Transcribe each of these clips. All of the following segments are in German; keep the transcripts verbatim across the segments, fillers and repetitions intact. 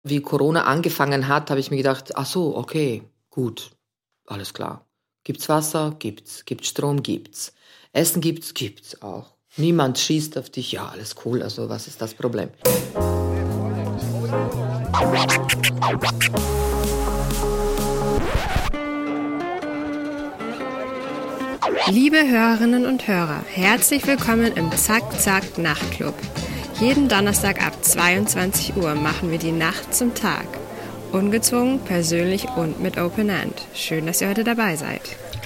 wie Corona angefangen hat, habe ich mir gedacht, ach so, okay, gut, alles klar. Gibt's Wasser? Gibt's. Gibt's Strom? Gibt's. Essen gibt's? Gibt's auch. Niemand schießt auf dich. Ja, alles cool, also was ist das Problem? Liebe Hörerinnen und Hörer, herzlich willkommen im Zack Zack Nachtclub. Jeden Donnerstag ab zweiundzwanzig Uhr machen wir die Nacht zum Tag. Ungezwungen, persönlich und mit Open End. Schön, dass ihr heute dabei seid.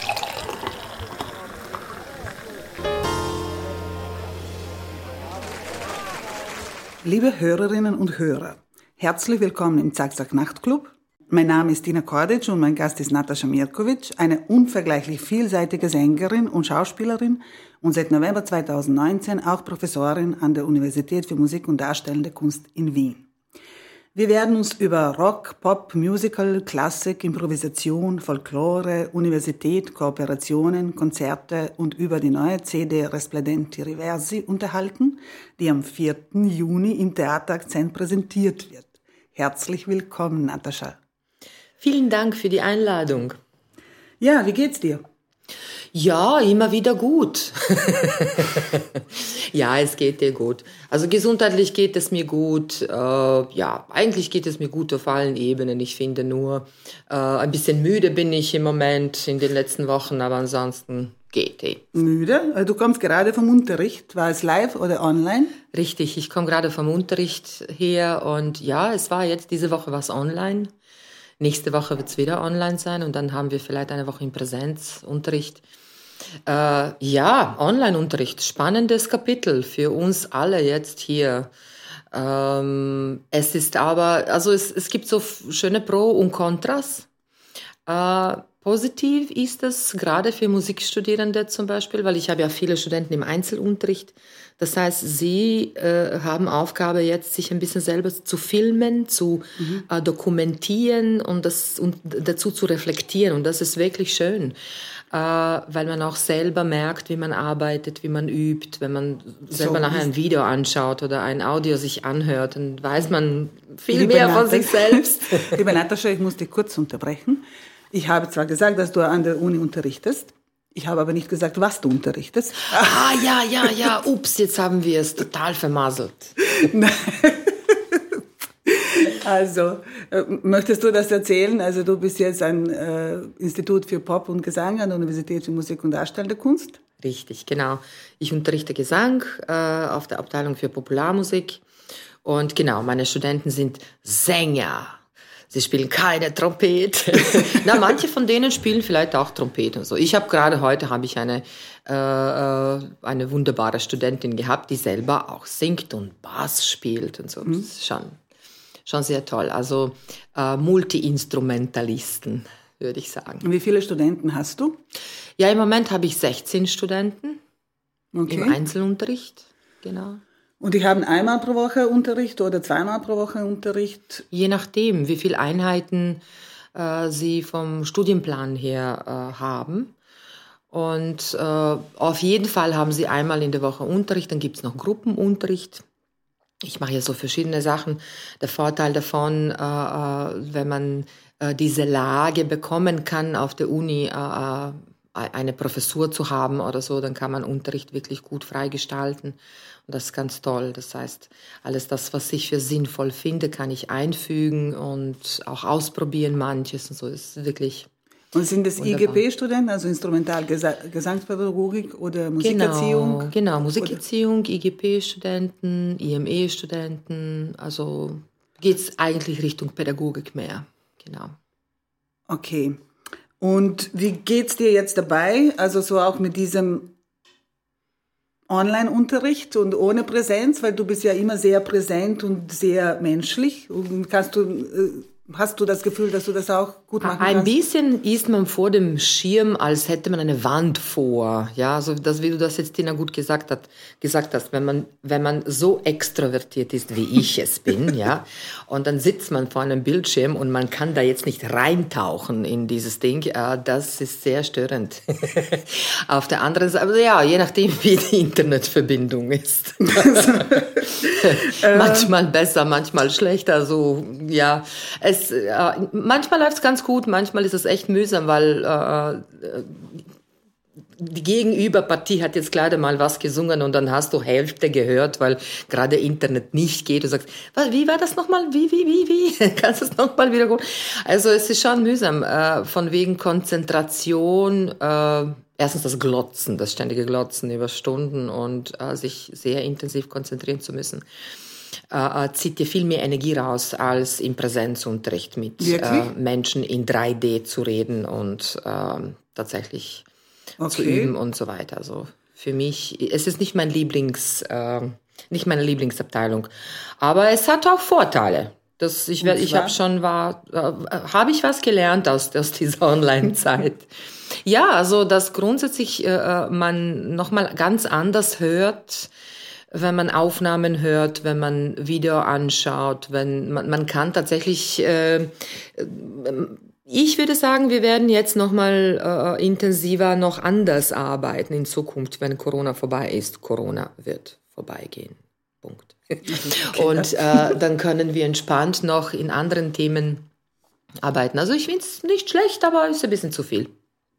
Liebe Hörerinnen und Hörer, herzlich willkommen im Zack Zack Nachtclub. Mein Name ist Dina Kordic und mein Gast ist Natascha Mirkovic, eine unvergleichlich vielseitige Sängerin und Schauspielerin und seit November zweitausendneunzehn auch Professorin an der Universität für Musik und Darstellende Kunst in Wien. Wir werden uns über Rock, Pop, Musical, Klassik, Improvisation, Folklore, Universität, Kooperationen, Konzerte und über die neue C D Resplendenti Reversi unterhalten, die am vierten Juni im Theater Akzent präsentiert wird. Herzlich willkommen, Natascha. Vielen Dank für die Einladung. Ja, wie geht's dir? Ja, immer wieder gut. Ja, es geht dir gut. Also gesundheitlich geht es mir gut. Äh, ja, eigentlich geht es mir gut auf allen Ebenen. Ich finde nur, äh, ein bisschen müde bin ich im Moment in den letzten Wochen, aber ansonsten geht eh. Müde? Du kommst gerade vom Unterricht. War es live oder online? Richtig, ich komme gerade vom Unterricht her und ja, es war jetzt, diese Woche was online. Nächste Woche wird es wieder online sein und dann haben wir vielleicht eine Woche im Präsenzunterricht. Äh, ja, Online-Unterricht, spannendes Kapitel für uns alle jetzt hier. Ähm, es ist aber, also es, es gibt so schöne Pro und Kontras. Äh, positiv ist es gerade für Musikstudierende zum Beispiel, weil ich habe ja viele Studenten im Einzelunterricht. Das heißt, sie äh, haben Aufgabe jetzt, sich ein bisschen selber zu filmen, zu mhm. äh, dokumentieren und, das, und dazu zu reflektieren. Und das ist wirklich schön, äh, weil man auch selber merkt, wie man arbeitet, wie man übt. Wenn man selber so nachher ein Video anschaut oder ein Audio sich anhört, dann weiß man viel Liebe mehr von sich selbst. Liebe Natascha, ich muss dich kurz unterbrechen. Ich habe zwar gesagt, dass du an der Uni unterrichtest, ich habe aber nicht gesagt, was du unterrichtest. Ah, ja, ja, ja, ups, jetzt haben wir es total vermasselt. Also, äh, möchtest du das erzählen? Also, du bist jetzt am äh, Institut für Pop und Gesang an der Universität für Musik und Darstellende Kunst. Richtig, genau. Ich unterrichte Gesang äh, auf der Abteilung für Popularmusik. Und genau, meine Studenten sind Sänger. Sie spielen keine Trompete. Na, manche von denen spielen vielleicht auch Trompete und so. Ich habe gerade heute habe ich eine äh, eine wunderbare Studentin gehabt, die selber auch singt und Bass spielt und so. Mhm. Das ist schon schon sehr toll. Also äh, Multi-Instrumentalisten, würde ich sagen. Wie viele Studenten hast du? Ja, im Moment habe ich sechzehn Studenten okay. im Einzelunterricht. Genau. Und die haben einmal pro Woche Unterricht oder zweimal pro Woche Unterricht? Je nachdem, wie viele Einheiten äh, sie vom Studienplan her äh, haben. Und äh, auf jeden Fall haben sie einmal in der Woche Unterricht, dann gibt es noch Gruppenunterricht. Ich mache ja so verschiedene Sachen. Der Vorteil davon, äh, äh, wenn man äh, diese Lage bekommen kann, auf der Uni äh, eine Professur zu haben oder so, dann kann man Unterricht wirklich gut freigestalten. Und das ist ganz toll. Das heißt, alles das, was ich für sinnvoll finde, kann ich einfügen und auch ausprobieren manches. Und so ist wirklich Und sind das wunderbar. I G P-Studenten, also Instrumentalgesangspädagogik oder Musikerziehung? Genau, genau. Musikerziehung, I G P-Studenten, I M E-Studenten. Also geht es eigentlich Richtung Pädagogik mehr. Genau. Okay. Und wie geht's dir jetzt dabei? Also so auch mit diesem Online-Unterricht und ohne Präsenz, weil du bist ja immer sehr präsent und sehr menschlich. Und kannst du äh, Hast du das Gefühl, dass du das auch gut machen Ein kannst? Ein bisschen ist man vor dem Schirm, als hätte man eine Wand vor. Ja, also das, wie du das jetzt, Tina, gut gesagt, hat, gesagt hast, wenn man, wenn man so extrovertiert ist, wie ich es bin, ja, und dann sitzt man vor einem Bildschirm und man kann da jetzt nicht reintauchen in dieses Ding, äh, das ist sehr störend. Auf der anderen Seite, aber ja, je nachdem, wie die Internetverbindung ist. Manchmal besser, manchmal schlechter, so, ja, es Es, äh, manchmal läuft es ganz gut, manchmal ist es echt mühsam, weil äh, die Gegenüberpartie hat jetzt gerade mal was gesungen und dann hast du Hälfte gehört, weil gerade Internet nicht geht. Du sagst, was, wie war das nochmal? Wie, wie, wie, wie? Kannst du es nochmal wiederholen? Also es ist schon mühsam, äh, von wegen Konzentration, äh, erstens das Glotzen, das ständige Glotzen über Stunden und äh, sich sehr intensiv konzentrieren zu müssen. Äh, zieht dir viel mehr Energie raus, als im Präsenzunterricht mit äh, Menschen in drei D zu reden und äh, tatsächlich okay. zu üben und so weiter. Also für mich, es ist nicht mein Lieblings, äh, nicht meine Lieblingsabteilung, aber es hat auch Vorteile. Das, ich ich habe schon war, äh, habe ich was gelernt aus, aus dieser Online-Zeit. Ja, also dass grundsätzlich äh, man nochmal ganz anders hört, wenn man Aufnahmen hört, wenn man Video anschaut, wenn man, man kann tatsächlich, äh, ich würde sagen, wir werden jetzt noch mal äh, intensiver, noch anders arbeiten in Zukunft, wenn Corona vorbei ist. Corona wird vorbeigehen. Punkt. Okay. Und äh, dann können wir entspannt noch in anderen Themen arbeiten. Also ich finde es nicht schlecht, aber es ist ein bisschen zu viel.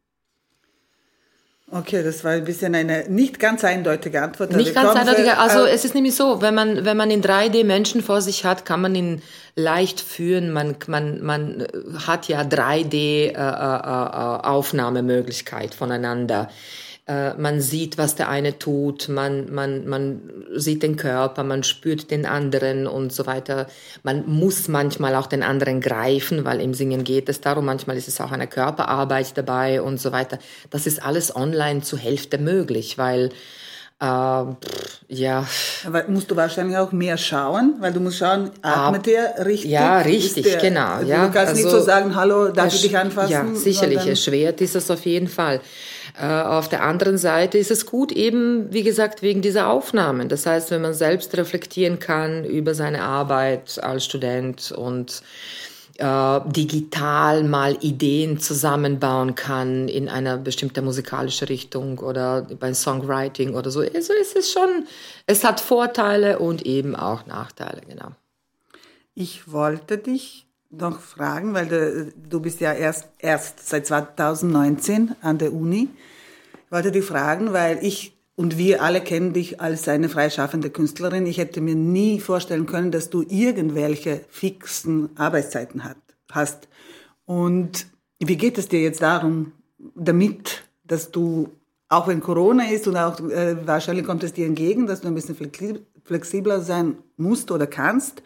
Okay, das war ein bisschen eine nicht ganz eindeutige Antwort. Nicht ganz eindeutige. Also es ist nämlich so, wenn man wenn man in drei D Menschen vor sich hat, kann man ihn leicht führen. Man man man hat ja drei D äh, äh, Aufnahmemöglichkeit voneinander. Äh, man sieht, was der eine tut. Man man man sieht den Körper, man spürt den anderen und so weiter. Man muss manchmal auch den anderen greifen, weil im Singen geht es darum. Manchmal ist es auch eine Körperarbeit dabei und so weiter. Das ist alles online zur Hälfte möglich, weil äh, pff, ja. Aber musst du wahrscheinlich auch mehr schauen, weil du musst schauen, atmet der richtig? Ja, richtig, der, genau. Also ja. Du kannst also, nicht so sagen, hallo, darf ich dich anfassen? Ja, sicherlich, erschwert ist es auf jeden Fall. Äh, auf der anderen Seite ist es gut eben, wie gesagt, wegen dieser Aufnahmen. Das heißt, wenn man selbst reflektieren kann über seine Arbeit als Student und äh, digital mal Ideen zusammenbauen kann in einer bestimmten musikalischen Richtung oder beim Songwriting oder so. Also es ist schon, es hat Vorteile und eben auch Nachteile, genau. Ich wollte dich noch fragen, weil du, du bist ja erst, erst seit zwanzig neunzehn an der Uni. Ich wollte dich fragen, weil ich und wir alle kennen dich als eine freischaffende Künstlerin. Ich hätte mir nie vorstellen können, dass du irgendwelche fixen Arbeitszeiten hat, hast. Und wie geht es dir jetzt darum, damit, dass du, auch wenn Corona ist und auch äh, wahrscheinlich kommt es dir entgegen, dass du ein bisschen flexibler sein musst oder kannst,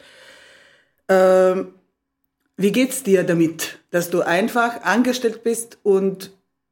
ähm, wie geht's dir damit, dass du einfach angestellt bist und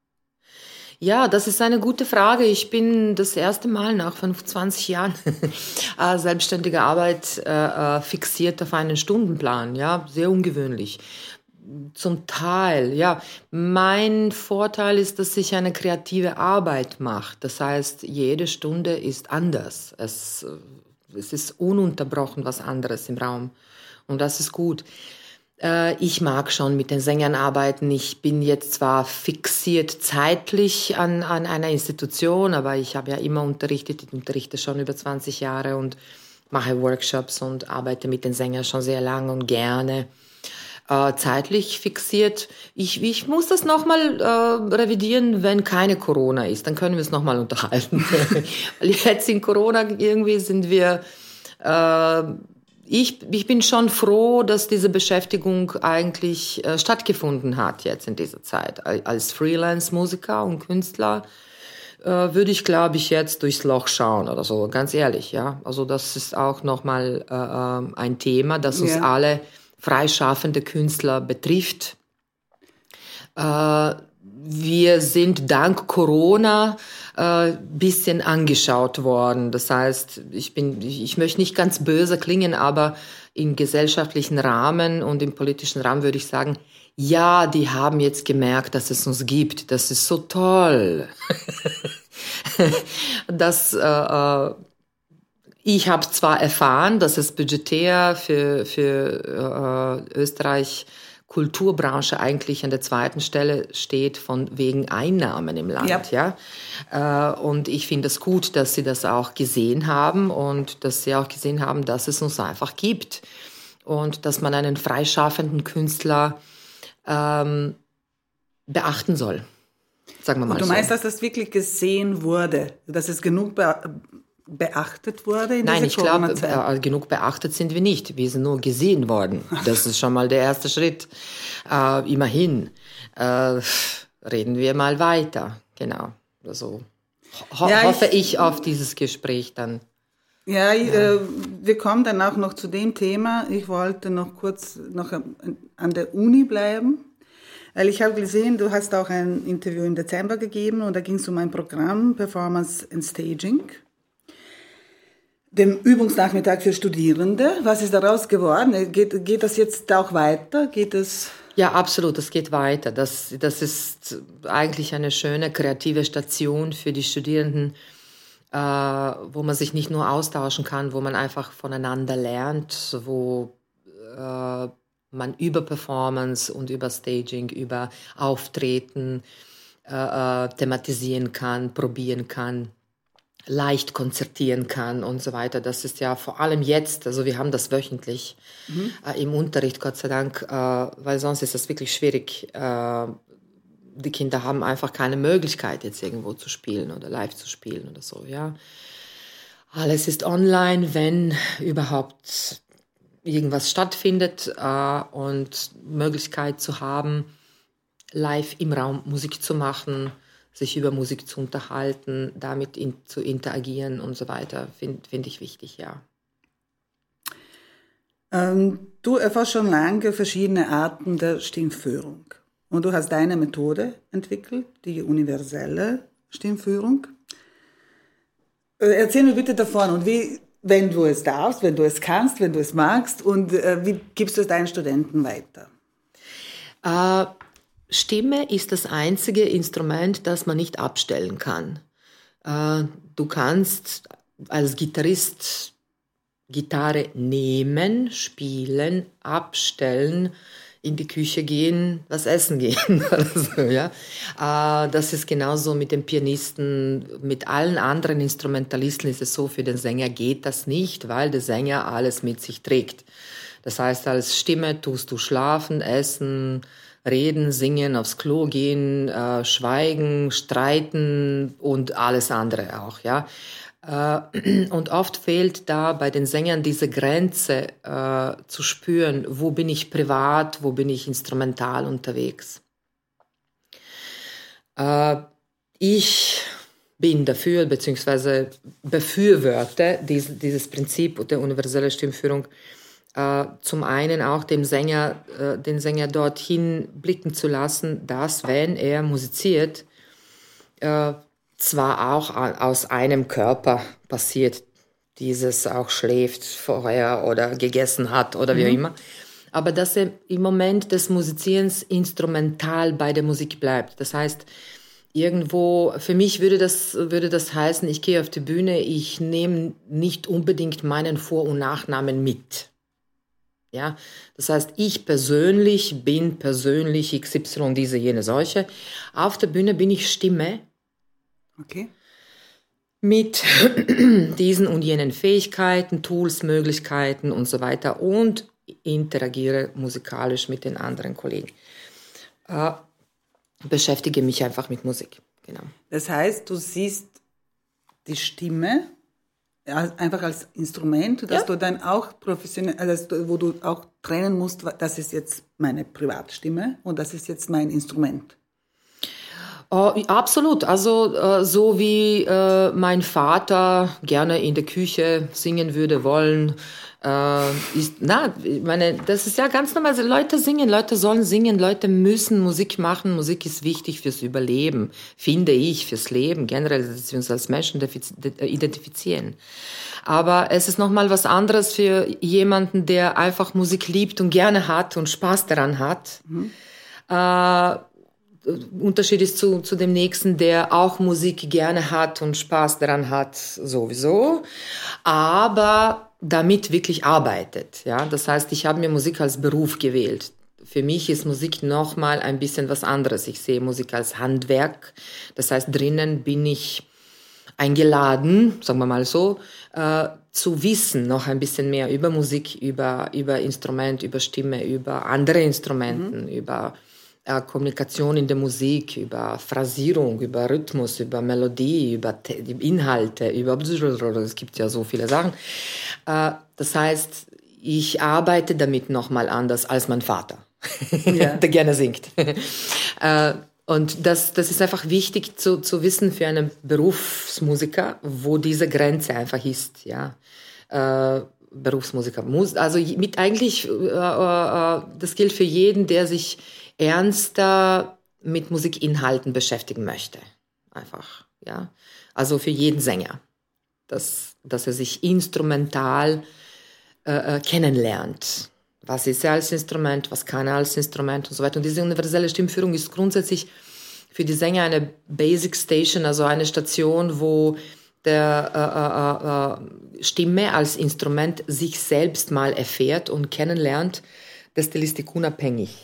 ja, das ist eine gute Frage. Ich bin das erste Mal nach fünfundzwanzig Jahren äh, selbstständige Arbeit äh, fixiert auf einen Stundenplan. Ja, sehr ungewöhnlich. Zum Teil, ja. Mein Vorteil ist, dass ich eine kreative Arbeit mache. Das heißt, jede Stunde ist anders. Es, es ist ununterbrochen was anderes im Raum. Und das ist gut. Ich mag schon mit den Sängern arbeiten. Ich bin jetzt zwar fixiert zeitlich an, an einer Institution, aber ich habe ja immer unterrichtet. Ich unterrichte schon über zwanzig Jahre und mache Workshops und arbeite mit den Sängern schon sehr lange und gerne. Äh, zeitlich fixiert. Ich, ich muss das nochmal äh, revidieren, wenn keine Corona ist. Dann können wir es nochmal unterhalten. Weil jetzt in Corona irgendwie sind wir... Äh, Ich, ich bin schon froh, dass diese Beschäftigung eigentlich äh, stattgefunden hat jetzt in dieser Zeit. Als Freelance-Musiker und Künstler äh, würde ich, glaube ich, jetzt durchs Loch schauen oder so, ganz ehrlich, ja. Also das ist auch nochmal äh, ein Thema, das uns ja. alle freischaffende Künstler betrifft. Äh, Wir sind dank Corona äh, bisschen angeschaut worden. Das heißt, ich bin, ich, ich möchte nicht ganz böse klingen, aber im gesellschaftlichen Rahmen und im politischen Rahmen würde ich sagen, ja, die haben jetzt gemerkt, dass es uns gibt. Das ist so toll. das, äh, ich habe zwar erfahren, dass es budgetär für, für äh, Österreich Kulturbranche eigentlich an der zweiten Stelle steht von wegen Einnahmen im Land. Ja. ja? Äh, und ich finde es gut, dass sie das auch gesehen haben und dass sie auch gesehen haben, dass es uns einfach gibt und dass man einen freischaffenden Künstler ähm, beachten soll. Sagen wir mal und du so. meinst, dass das wirklich gesehen wurde, dass es genug be- beachtet wurde in Nein, dieser ich glaube, Corona-Zeit? äh, genug beachtet sind wir nicht. Wir sind nur gesehen worden. Das ist schon mal der erste Schritt. Äh, immerhin. Äh, reden wir mal weiter. Genau. Also ho- ja, hoffe ich, ich auf dieses Gespräch dann. Ja, ja. Äh, wir kommen dann auch noch zu dem Thema. Ich wollte noch kurz noch an der Uni bleiben. Weil ich habe gesehen, du hast auch ein Interview im Dezember gegeben und da ging es um ein Programm Performance and Staging, dem Übungsnachmittag für Studierende. Was ist daraus geworden? Geht, geht das jetzt auch weiter? Geht es? Ja, absolut, das geht weiter. Das, das ist eigentlich eine schöne kreative Station für die Studierenden, äh, wo man sich nicht nur austauschen kann, wo man einfach voneinander lernt, wo äh, man über Performance und über Staging, über Auftreten äh, äh, thematisieren kann, probieren kann, leicht konzertieren kann und so weiter. Das ist ja vor allem jetzt, also wir haben das wöchentlich mhm. äh, im Unterricht, Gott sei Dank, äh, weil sonst ist das wirklich schwierig. Äh, die Kinder haben einfach keine Möglichkeit, jetzt irgendwo zu spielen oder live zu spielen oder so, ja. Alles ist online, wenn überhaupt irgendwas stattfindet äh, und Möglichkeit zu haben, live im Raum Musik zu machen, sich über Musik zu unterhalten, damit in, zu interagieren und so weiter, finde find ich wichtig, ja. Ähm, du erforscht schon lange verschiedene Arten der Stimmführung. Und du hast deine Methode entwickelt, die universelle Stimmführung. Äh, erzähl mir bitte davon und wie, wenn du es darfst, wenn du es kannst, wenn du es magst und äh, wie gibst du es deinen Studenten weiter? Äh, Stimme ist das einzige Instrument, das man nicht abstellen kann. Äh, du kannst als Gitarrist Gitarre nehmen, spielen, abstellen, in die Küche gehen, was essen gehen oder so, ja. Äh, das ist genauso mit dem Pianisten, mit allen anderen Instrumentalisten ist es so, für den Sänger geht das nicht, weil der Sänger alles mit sich trägt. Das heißt, als Stimme tust du schlafen, essen, reden, singen, aufs Klo gehen, äh, schweigen, streiten und alles andere auch, ja. Und oft fehlt da bei den Sängern diese Grenze äh, zu spüren, wo bin ich privat, wo bin ich instrumental unterwegs. Äh, ich bin dafür, beziehungsweise befürworte dies, dieses Prinzip der universellen Stimmführung, äh, zum einen auch dem Sänger, äh, den Sänger dorthin blicken zu lassen, dass, wenn er musiziert, äh, zwar auch aus einem Körper passiert, dieses auch schläft vorher oder gegessen hat oder wie auch immer, aber dass er im Moment des Musizierens instrumental bei der Musik bleibt. Das heißt, irgendwo, für mich würde das, würde das heißen, ich gehe auf die Bühne, ich nehme nicht unbedingt meinen Vor- und Nachnamen mit. Ja, das heißt, ich persönlich bin persönlich X Y, diese, jene, solche. Auf der Bühne bin ich Stimme. Okay. Mit diesen und jenen Fähigkeiten, Tools, Möglichkeiten und so weiter und interagiere musikalisch mit den anderen Kollegen. Äh, beschäftige mich einfach mit Musik. Genau. Das heißt, du siehst die Stimme einfach als Instrument, dass ja. du dann auch professionell, also wo du auch trennen musst, das ist jetzt meine Privatstimme und das ist jetzt mein Instrument. Oh, absolut. Also äh, so wie äh, mein Vater gerne in der Küche singen würde wollen, Äh, ist, na, ich meine, das ist ja ganz normal. Also Leute singen, Leute sollen singen, Leute müssen Musik machen. Musik ist wichtig fürs Überleben, finde ich, fürs Leben generell, dass wir uns als Menschen identifizieren. Aber es ist nochmal was anderes für jemanden, der einfach Musik liebt und gerne hat und Spaß daran hat. Mhm. Äh, Unterschied ist zu, zu dem Nächsten, der auch Musik gerne hat und Spaß daran hat, sowieso, aber damit wirklich arbeitet. Ja? Das heißt, ich habe mir Musik als Beruf gewählt. Für mich ist Musik nochmal ein bisschen was anderes. Ich sehe Musik als Handwerk. Das heißt, drinnen bin ich eingeladen, sagen wir mal so, äh, zu wissen noch ein bisschen mehr über Musik, über, über Instrument, über Stimme, über andere Instrumenten, mhm. über äh, Kommunikation in der Musik, über Phrasierung, über Rhythmus, über Melodie, über Te- die Inhalte, über es gibt ja so viele Sachen. Äh, das heißt, ich arbeite damit nochmal anders als mein Vater, ja. der gerne singt. äh, Und das, das ist einfach wichtig zu, zu wissen für einen Berufsmusiker, wo diese Grenze einfach ist, ja. Äh, Berufsmusiker muss, also mit eigentlich, äh, äh, das gilt für jeden, der sich ernster mit Musikinhalten beschäftigen möchte. Einfach, ja. Also für jeden Sänger, dass, dass er sich instrumental äh, kennenlernt. Was ist er als Instrument, was kann er als Instrument und so weiter. Und diese universelle Stimmführung ist grundsätzlich für die Sänger eine Basic Station, also eine Station, wo der äh, äh, Stimme als Instrument sich selbst mal erfährt und kennenlernt, der Stilistik unabhängig.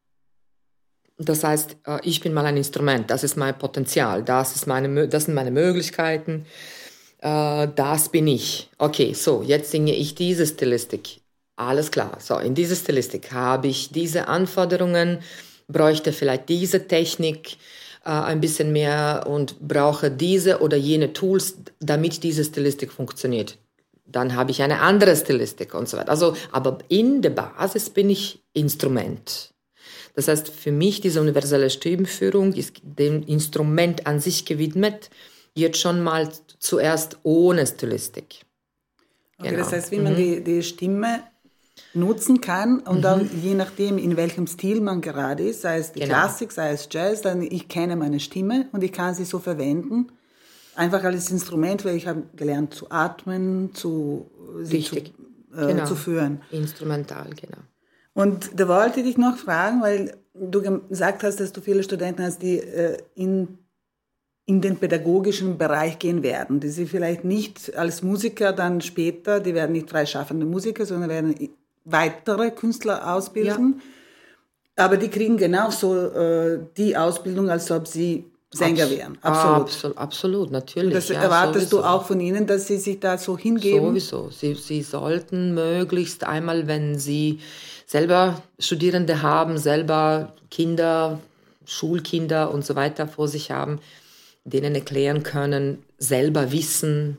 Das heißt, äh, ich bin mal ein Instrument, das ist mein Potenzial, das, ist meine, das sind meine Möglichkeiten, äh, das bin ich. Okay, so, jetzt singe ich diese Stilistik. Alles klar, so, in dieser Stilistik habe ich diese Anforderungen, bräuchte vielleicht diese Technik äh, ein bisschen mehr und brauche diese oder jene Tools, damit diese Stilistik funktioniert. Dann habe ich eine andere Stilistik und so weiter. Also, aber in der Basis bin ich Instrument. Das heißt, für mich diese universelle Stimmführung ist dem Instrument an sich gewidmet, jetzt schon mal zuerst ohne Stilistik. Okay, genau. Das heißt, wie man mhm. die, die Stimme nutzen kann und mhm. dann je nachdem, in welchem Stil man gerade ist, sei es die genau. Klassik, sei es Jazz, dann ich kenne meine Stimme und ich kann sie so verwenden, einfach als Instrument, weil ich habe gelernt zu atmen, zu, sie zu, äh, genau. zu führen. Instrumental, genau. Und da wollte ich dich noch fragen, weil du gesagt hast, dass du viele Studenten hast, die äh, in in den pädagogischen Bereich gehen werden, die sie vielleicht nicht als Musiker dann später, die werden nicht freischaffende Musiker, sondern werden weitere Künstler ausbilden. Ja. Aber die kriegen genauso äh, die Ausbildung, als ob sie Sänger Abs- wären. Absolut. Absolut, absolut, natürlich. Und das ja, erwartest sowieso. du auch von ihnen, dass sie sich da so hingeben? Sowieso. Sie, sie sollten möglichst einmal, wenn sie selber Studierende haben, selber Kinder, Schulkinder und so weiter vor sich haben, denen erklären können, selber wissen,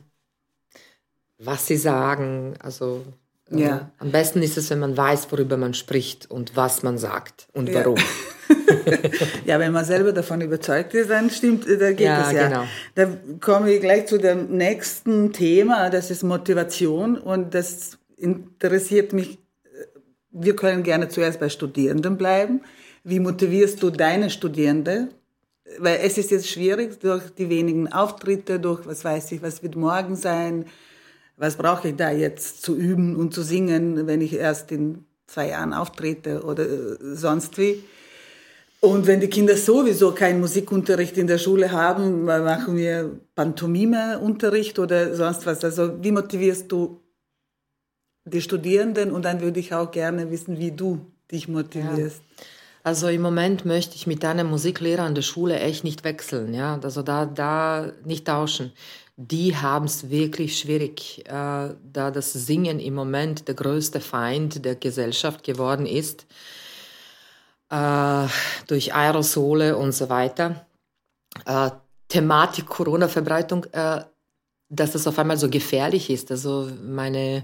was sie sagen. Also ja. äh, am besten ist es, wenn man weiß, worüber man spricht und was man sagt und ja. warum. Ja, wenn man selber davon überzeugt ist, dann stimmt, da geht ja, es ja. Genau. Da kommen wir gleich zu dem nächsten Thema, das ist Motivation und das interessiert mich. Wir können gerne zuerst bei Studierenden bleiben. Wie motivierst du deine Studierende? Weil es ist jetzt schwierig, durch die wenigen Auftritte, durch, was weiß ich, was wird morgen sein, was brauche ich da jetzt zu üben und zu singen, wenn ich erst in zwei Jahren auftrete oder sonst wie. Und wenn die Kinder sowieso keinen Musikunterricht in der Schule haben, machen wir Pantomime-Unterricht oder sonst was. Also wie motivierst du die Studierenden? Und dann würde ich auch gerne wissen, wie du dich motivierst. Ja. Also im Moment möchte ich mit einem Musiklehrer an der Schule echt nicht wechseln, ja, also da, da nicht tauschen. Die haben es wirklich schwierig, äh, da das Singen im Moment der größte Feind der Gesellschaft geworden ist, äh, durch Aerosole und so weiter. Äh, Thematik Corona-Verbreitung, äh, dass das auf einmal so gefährlich ist, also meine...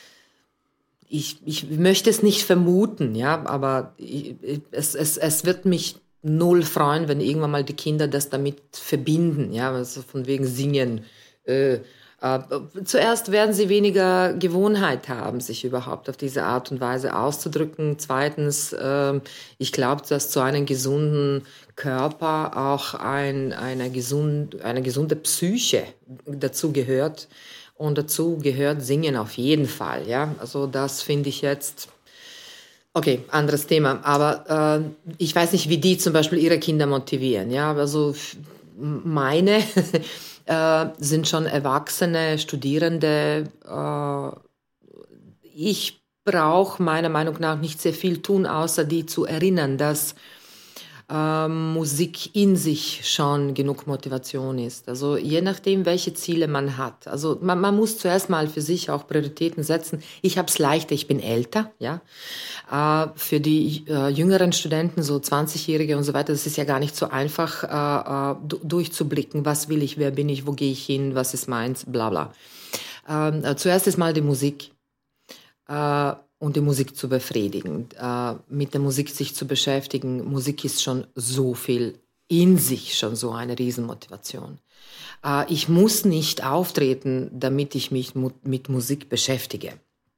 Ich, ich möchte es nicht vermuten, ja, aber ich, es, es, es wird mich null freuen, wenn irgendwann mal die Kinder das damit verbinden, ja, also von wegen Singen, äh, äh, Äh, zuerst werden sie weniger Gewohnheit haben, sich überhaupt auf diese Art und Weise auszudrücken. Zweitens, äh, ich glaube, dass zu einem gesunden Körper auch ein, eine, gesund, eine gesunde Psyche dazu gehört. Und dazu gehört Singen auf jeden Fall. Ja? Also das finde ich jetzt... Okay, anderes Thema. Aber äh, ich weiß nicht, wie die zum Beispiel ihre Kinder motivieren. Ja, also meine äh, sind schon erwachsene Studierende. Äh, ich brauche meiner Meinung nach nicht sehr viel tun, außer die zu erinnern, dass äh, Musik in sich schon genug Motivation ist. Also je nachdem, welche Ziele man hat. Also man, man muss zuerst mal für sich auch Prioritäten setzen. Ich habe es leichter, ich bin älter, ja. Äh, für die äh, jüngeren Studenten, so zwanzigjährige und so weiter, das ist ja gar nicht so einfach äh, d- durchzublicken. Was will ich, wer bin ich, wo gehe ich hin, was ist meins, bla bla. Ähm, äh, zuerst ist mal die Musik. Äh, und die Musik zu befriedigen, äh, mit der Musik sich zu beschäftigen. Musik ist schon so viel in sich, schon so eine Riesenmotivation. Äh, ich muss nicht auftreten, damit ich mich mu- mit Musik beschäftige.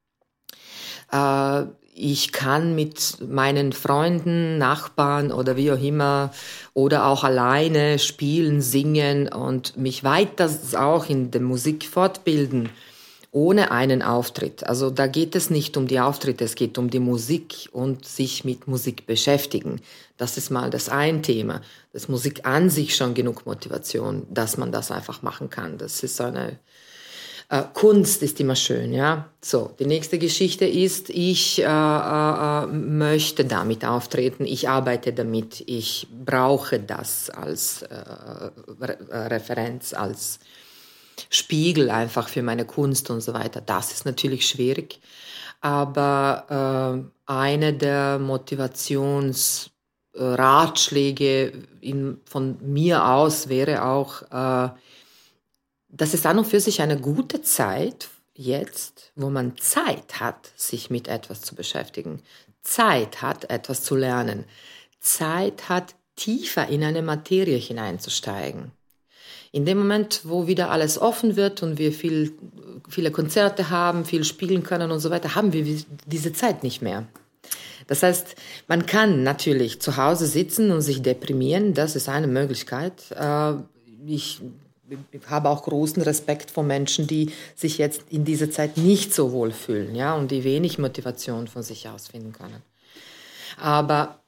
Äh, ich kann mit meinen Freunden, Nachbarn oder wie auch immer oder auch alleine spielen, singen und mich weiter auch in der Musik fortbilden. Ohne einen Auftritt. Also da geht es nicht um die Auftritte, es geht um die Musik und sich mit Musik beschäftigen. Das ist mal das ein Thema. Das Musik an sich schon genug Motivation, dass man das einfach machen kann. Das ist eine äh, Kunst, ist immer schön, ja. So, die nächste Geschichte ist, ich äh, äh, möchte damit auftreten, ich arbeite damit, ich brauche das als äh, Re- Referenz, als Spiegel einfach für meine Kunst und so weiter. Das ist natürlich schwierig, aber äh, eine der Motivationsratschläge in, von mir aus wäre auch, äh, das ist an und für sich eine gute Zeit jetzt, wo man Zeit hat, sich mit etwas zu beschäftigen, Zeit hat, etwas zu lernen, Zeit hat, tiefer in eine Materie hineinzusteigen. In dem Moment, wo wieder alles offen wird und wir viel, viele Konzerte haben, viel spielen können und so weiter, haben wir diese Zeit nicht mehr. Das heißt, man kann natürlich zu Hause sitzen und sich deprimieren, das ist eine Möglichkeit. Ich habe auch großen Respekt vor Menschen, die sich jetzt in dieser Zeit nicht so wohl fühlen, ja, und die wenig Motivation von sich aus finden können. Aber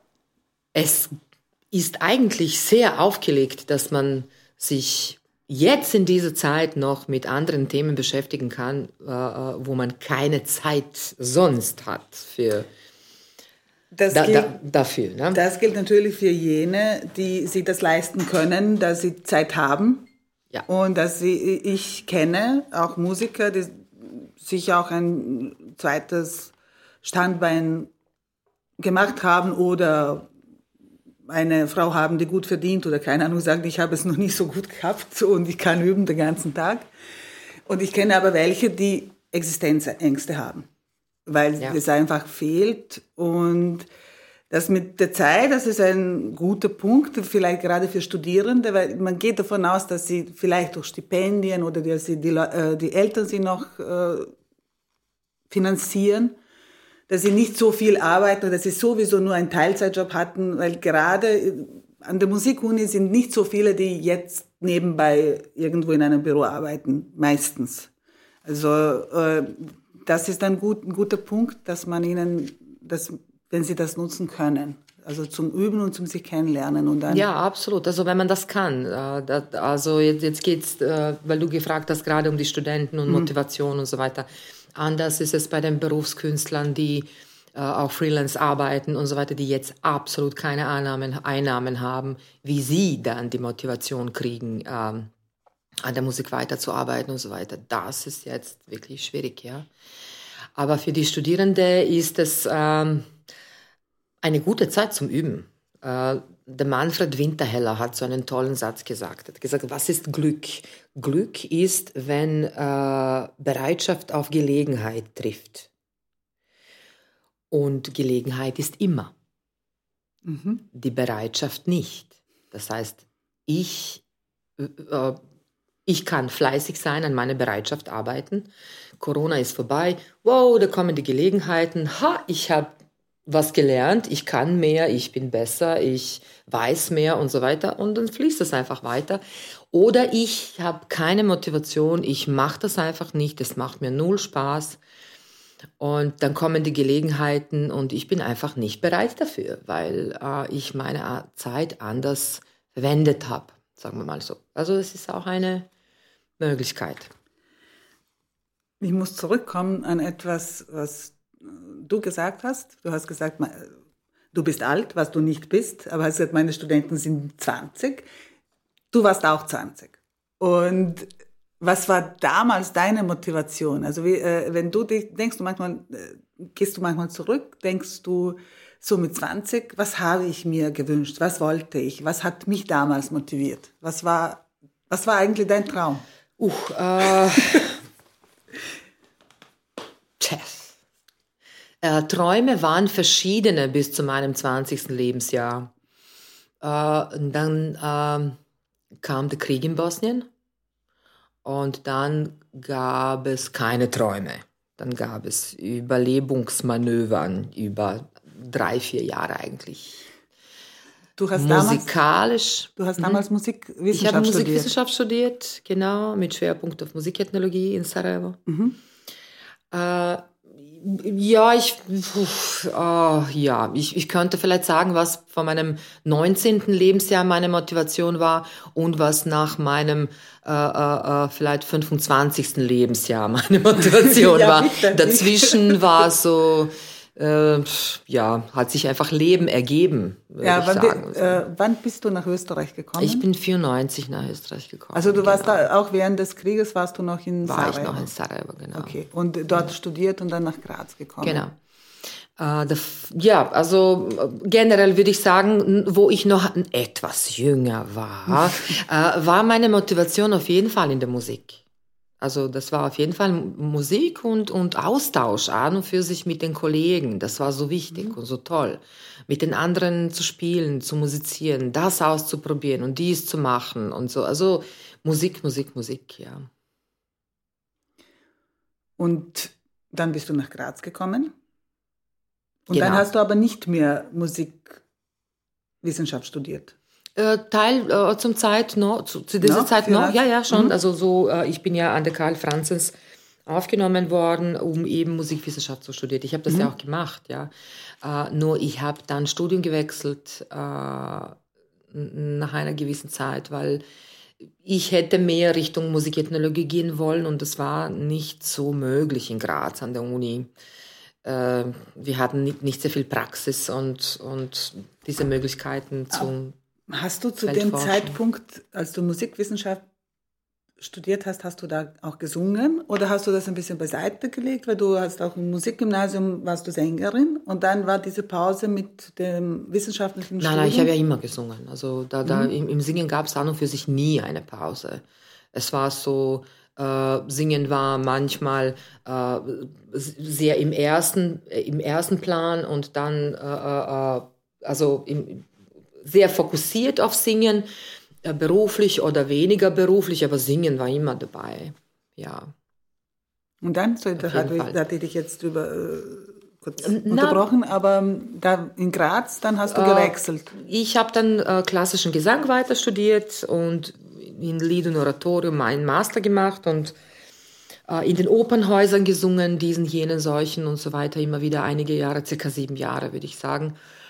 es ist eigentlich sehr aufgelegt, dass man sich jetzt in dieser Zeit noch mit anderen Themen beschäftigen kann, äh, wo man keine Zeit sonst hat für das da, gilt, da, dafür. Ne? Das gilt natürlich für jene, die sich das leisten können, dass sie Zeit haben. Ja. Und dass sie, ich kenne auch Musiker, die sich auch ein zweites Standbein gemacht haben oder eine Frau haben, die gut verdient oder keine Ahnung, sagt, ich habe es noch nicht so gut gehabt und ich kann üben den ganzen Tag. Und ich kenne aber welche, die Existenzängste haben, weil ja. es einfach fehlt. Und das mit der Zeit, das ist ein guter Punkt, vielleicht gerade für Studierende, weil man geht davon aus, dass sie vielleicht durch Stipendien oder dass sie die, äh, die Eltern sie noch äh, finanzieren, dass sie nicht so viel arbeiten oder dass sie sowieso nur einen Teilzeitjob hatten, weil gerade an der Musikuni sind nicht so viele, die jetzt nebenbei irgendwo in einem Büro arbeiten, meistens. Also äh, das ist ein, gut, ein guter Punkt, dass man ihnen, das, wenn sie das nutzen können, also zum Üben und zum sich kennenlernen. Und dann ja, absolut. Also wenn man das kann. Also jetzt, jetzt geht's, weil du gefragt hast, gerade um die Studenten und Motivation mhm. und so weiter. Anders ist es bei den Berufskünstlern, die äh, auch Freelance arbeiten und so weiter, die jetzt absolut keine Einnahmen, Einnahmen haben, wie sie dann die Motivation kriegen, ähm, an der Musik weiterzuarbeiten und so weiter. Das ist jetzt wirklich schwierig, ja. Aber für die Studierende ist es ähm, eine gute Zeit zum Üben. Äh, der Manfred Winterheller hat so einen tollen Satz gesagt. Er hat gesagt, was ist Glück? Glück ist, wenn äh, Bereitschaft auf Gelegenheit trifft. Und Gelegenheit ist immer. Mhm. Die Bereitschaft nicht. Das heißt, ich äh, Ich kann fleißig sein, an meiner Bereitschaft arbeiten. Corona ist vorbei. Wow, da kommen die Gelegenheiten. Ha, ich habe was gelernt, ich kann mehr, ich bin besser, ich weiß mehr und so weiter. Und dann fließt es einfach weiter. Oder ich habe keine Motivation, ich mache das einfach nicht, es macht mir null Spaß. Und dann kommen die Gelegenheiten und ich bin einfach nicht bereit dafür, weil äh, ich meine Zeit anders verwendet habe, sagen wir mal so. Also es ist auch eine Möglichkeit. Ich muss zurückkommen an etwas, was du gesagt hast. Du hast gesagt, du bist alt, was du nicht bist, aber hast gesagt, meine Studenten sind zwanzig. Du warst auch zwanzig. Und was war damals deine Motivation? Also wie, äh, wenn du dich, denkst du manchmal, äh, gehst du manchmal zurück, denkst du so mit zwanzig, was habe ich mir gewünscht? Was wollte ich? Was hat mich damals motiviert? Was war, was war eigentlich dein Traum? Uh, äh, tja. Äh, Träume waren verschiedene bis zu meinem zwanzigsten Lebensjahr. Äh, und dann äh, kam der Krieg in Bosnien und dann gab es keine Träume. Dann gab es Überlebensmanövern über drei, vier Jahre eigentlich. Du hast Musikalisch. Damals, du hast damals mhm. Musikwissenschaft ich habe studiert. Musikwissenschaft studiert, genau, mit Schwerpunkt auf Musikethnologie in Sarajevo. Mhm. Äh, Ja, ich, uff, uh, ja, ich, ich könnte vielleicht sagen, was von meinem neunzehnten Lebensjahr meine Motivation war und was nach meinem äh, äh, vielleicht fünfundzwanzigsten Lebensjahr meine Motivation ja, war. Bitte, Dazwischen bitte. war so, äh, ja, hat sich einfach Leben ergeben, würde ja, ich wann, sagen. Die, äh, wann bist du nach Österreich gekommen? Ich bin vierundneunzig nach Österreich gekommen. Also du warst genau. da auch während des Krieges, warst du noch in war Sarajevo? War ich noch in Sarajevo, genau. Okay, und dort ja. studiert und dann nach Graz gekommen? Genau. Äh, der, ja, also generell würde ich sagen, wo ich noch etwas jünger war, äh, war meine Motivation auf jeden Fall in der Musik. Also das war auf jeden Fall Musik und, und Austausch an und für sich mit den Kollegen. Das war so wichtig mhm. und so toll. Mit den anderen zu spielen, zu musizieren, das auszuprobieren und dies zu machen und so. Also Musik, Musik, Musik, ja. Und dann bist du nach Graz gekommen. Und genau. dann hast du aber nicht mehr Musikwissenschaft studiert. Äh, Teil äh, zum Zeit noch, zu, zu dieser no, Zeit noch, ja, ja, schon. Mhm. Also so, äh, ich bin ja an der Karl Franzens aufgenommen worden, um eben Musikwissenschaft zu studieren. Ich habe das mhm. ja auch gemacht, ja. Äh, nur ich habe dann Studium gewechselt äh, nach einer gewissen Zeit, weil ich hätte mehr Richtung Musikethnologie gehen wollen und das war nicht so möglich in Graz an der Uni. Äh, wir hatten nicht, nicht sehr viel Praxis und, und diese Möglichkeiten zum Hast du zu dem Zeitpunkt, als du Musikwissenschaft studiert hast, hast du da auch gesungen oder hast du das ein bisschen beiseite gelegt, weil du hast auch im Musikgymnasium warst du Sängerin und dann war diese Pause mit dem wissenschaftlichen Studium? Nein, nein, ich habe ja immer gesungen. Also da, da mhm. im, im Singen gab es an und für sich nie eine Pause. Es war so, äh, Singen war manchmal äh, sehr im ersten, äh, im ersten Plan und dann äh, äh, also im sehr fokussiert auf Singen, äh, beruflich oder weniger beruflich, aber Singen war immer dabei, ja. Und dann, so, da hatte ich dich jetzt über, äh, kurz Na, unterbrochen, aber da in Graz, dann hast du äh, gewechselt. Ich habe dann äh, klassischen Gesang weiter studiert und in Lied und Oratorium meinen Master gemacht und äh, in den Opernhäusern gesungen, diesen, jenen, solchen und so weiter, immer wieder einige Jahre, circa sieben Jahre, würde ich sagen.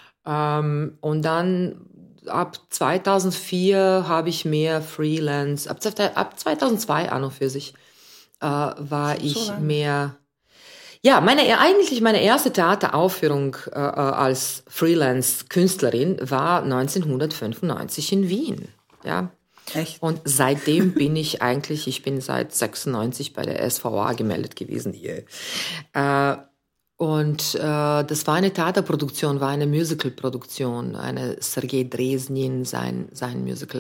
Um, und dann ab zweitausendvier habe ich mehr Freelance, ab, ab zweitausendzwei an und für sich äh, war ich so mehr, ja, meine, eigentlich meine erste Theateraufführung äh, als Freelance-Künstlerin war neunzehnhundertfünfundneunzig in Wien, ja. Echt? Und seitdem bin ich eigentlich, ich bin seit sechsundneunzig bei der S V A gemeldet gewesen hier. Äh, Und äh, das war eine Theaterproduktion, war eine Musicalproduktion, eine Sergei Dresnin, sein, sein Musical.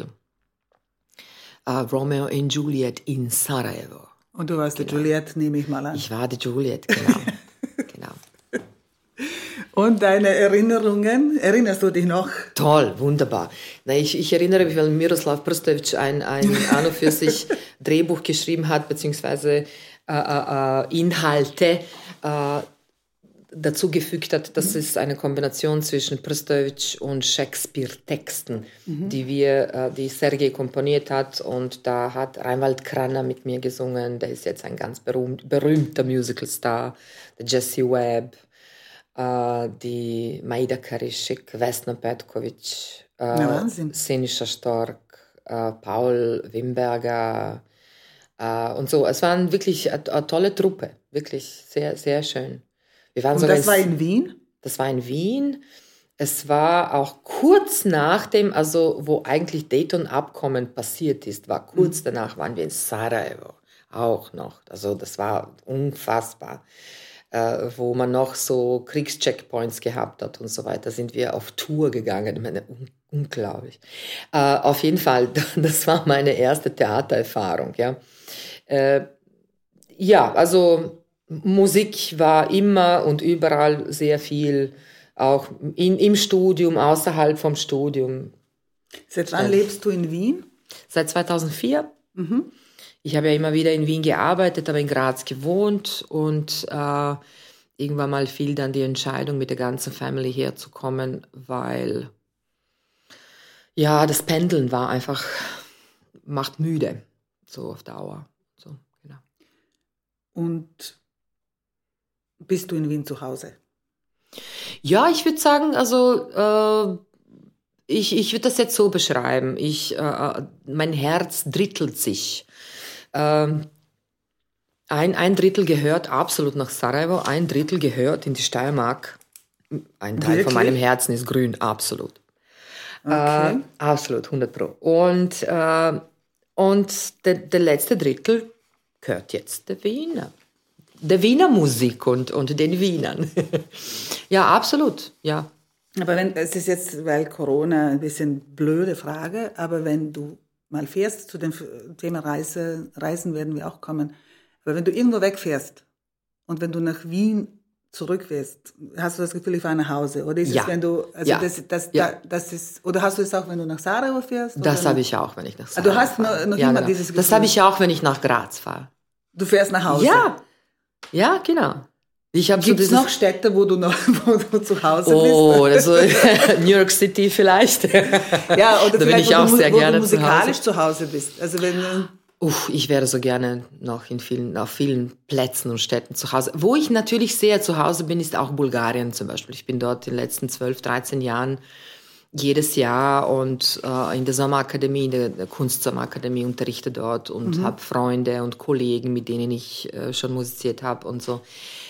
Äh, Romeo and Juliet in Sarajevo. Und du warst genau. die Juliet, nehme ich mal an. Ich war die Juliet, genau. genau. Und deine Erinnerungen? Erinnerst du dich noch? Toll, wunderbar. Na, ich, ich erinnere mich, weil Miroslav Prstojevic ein, ein an und für sich Drehbuch geschrieben hat, beziehungsweise äh, äh, Inhalte äh, dazu gefügt hat. Das mhm. ist eine Kombination zwischen Prstojevic und Shakespeare-Texten, mhm. die wir, äh, die Sergei komponiert hat. Und da hat Reinwald Kranner mit mir gesungen. Der ist jetzt ein ganz berühmt, berühmter Musicalstar, der Jesse Webb. Uh, die Maida Karišik, Vesna Petković, uh, Siniša Stork, uh, Paul Wimberger uh, und so. Es war wirklich eine, eine tolle Truppe, wirklich sehr, sehr schön. Wir waren und das war in Wien? Das war in Wien. Es war auch kurz nach dem, also wo eigentlich Dayton-Abkommen passiert ist, war kurz mhm. danach waren wir in Sarajevo auch noch. Also das war unfassbar. Äh, wo man noch so Kriegscheckpoints gehabt hat und so weiter, sind wir auf Tour gegangen. Ich meine, un- unglaublich. Äh, auf jeden Fall, das war meine erste Theatererfahrung. Ja, äh, ja, also Musik war immer und überall sehr viel, auch in, im Studium, außerhalb vom Studium. Seit wann äh, lebst du in Wien? Seit zweitausendvier. Mhm. Ich habe ja immer wieder in Wien gearbeitet, aber in Graz gewohnt und äh, irgendwann mal fiel dann die Entscheidung, mit der ganzen Family herzukommen, weil ja, das Pendeln war einfach, macht müde, so auf Dauer. So, genau. Und bist du in Wien zu Hause? Ja, ich würde sagen, also äh, ich, ich würde das jetzt so beschreiben. Ich, äh, mein Herz drittelt sich. Ein, ein Drittel gehört absolut nach Sarajevo, ein Drittel gehört in die Steiermark. Ein Teil Wirklich? Von meinem Herzen ist grün, absolut. Okay. Äh, absolut, hundert Pro. Und, äh, und der, der letzte Drittel gehört jetzt der Wiener. Der Wiener Musik und, und den Wienern. Ja, absolut, ja. Aber wenn, es ist jetzt, weil Corona ein bisschen blöde Frage, aber wenn du mal fährst, zu dem Thema Reise, Reisen werden wir auch kommen. Aber wenn du irgendwo wegfährst und wenn du nach Wien zurückfährst, hast du das Gefühl, ich fahre nach Hause? Oder ist ja. es, wenn du, also ja. das, das, ja. das ist, oder hast du es auch, wenn du nach Sarajevo fährst? Das habe ich auch, wenn ich nach Sarajevo fahre. Du hast noch, noch ja, immer genau. dieses Gefühl? Das habe ich auch, wenn ich nach Graz fahre. Du fährst nach Hause? Ja, ja, genau. Gibt es so noch Städte, wo du noch wo du zu Hause bist? Oh, also New York City vielleicht. Ja, oder da vielleicht, bin ich auch wo, sehr wo gerne du musikalisch zu Hause. zu Hause bist. Also wenn Uff, ich wäre so gerne noch in vielen, auf vielen Plätzen und Städten zu Hause. Wo ich natürlich sehr zu Hause bin, ist auch Bulgarien zum Beispiel. Ich bin dort in den letzten zwölf, dreizehn Jahren jedes Jahr und äh, in der Sommerakademie, in der, der Kunstsommerakademie unterrichte dort und mhm. habe Freunde und Kollegen, mit denen ich äh, schon musiziert habe und so.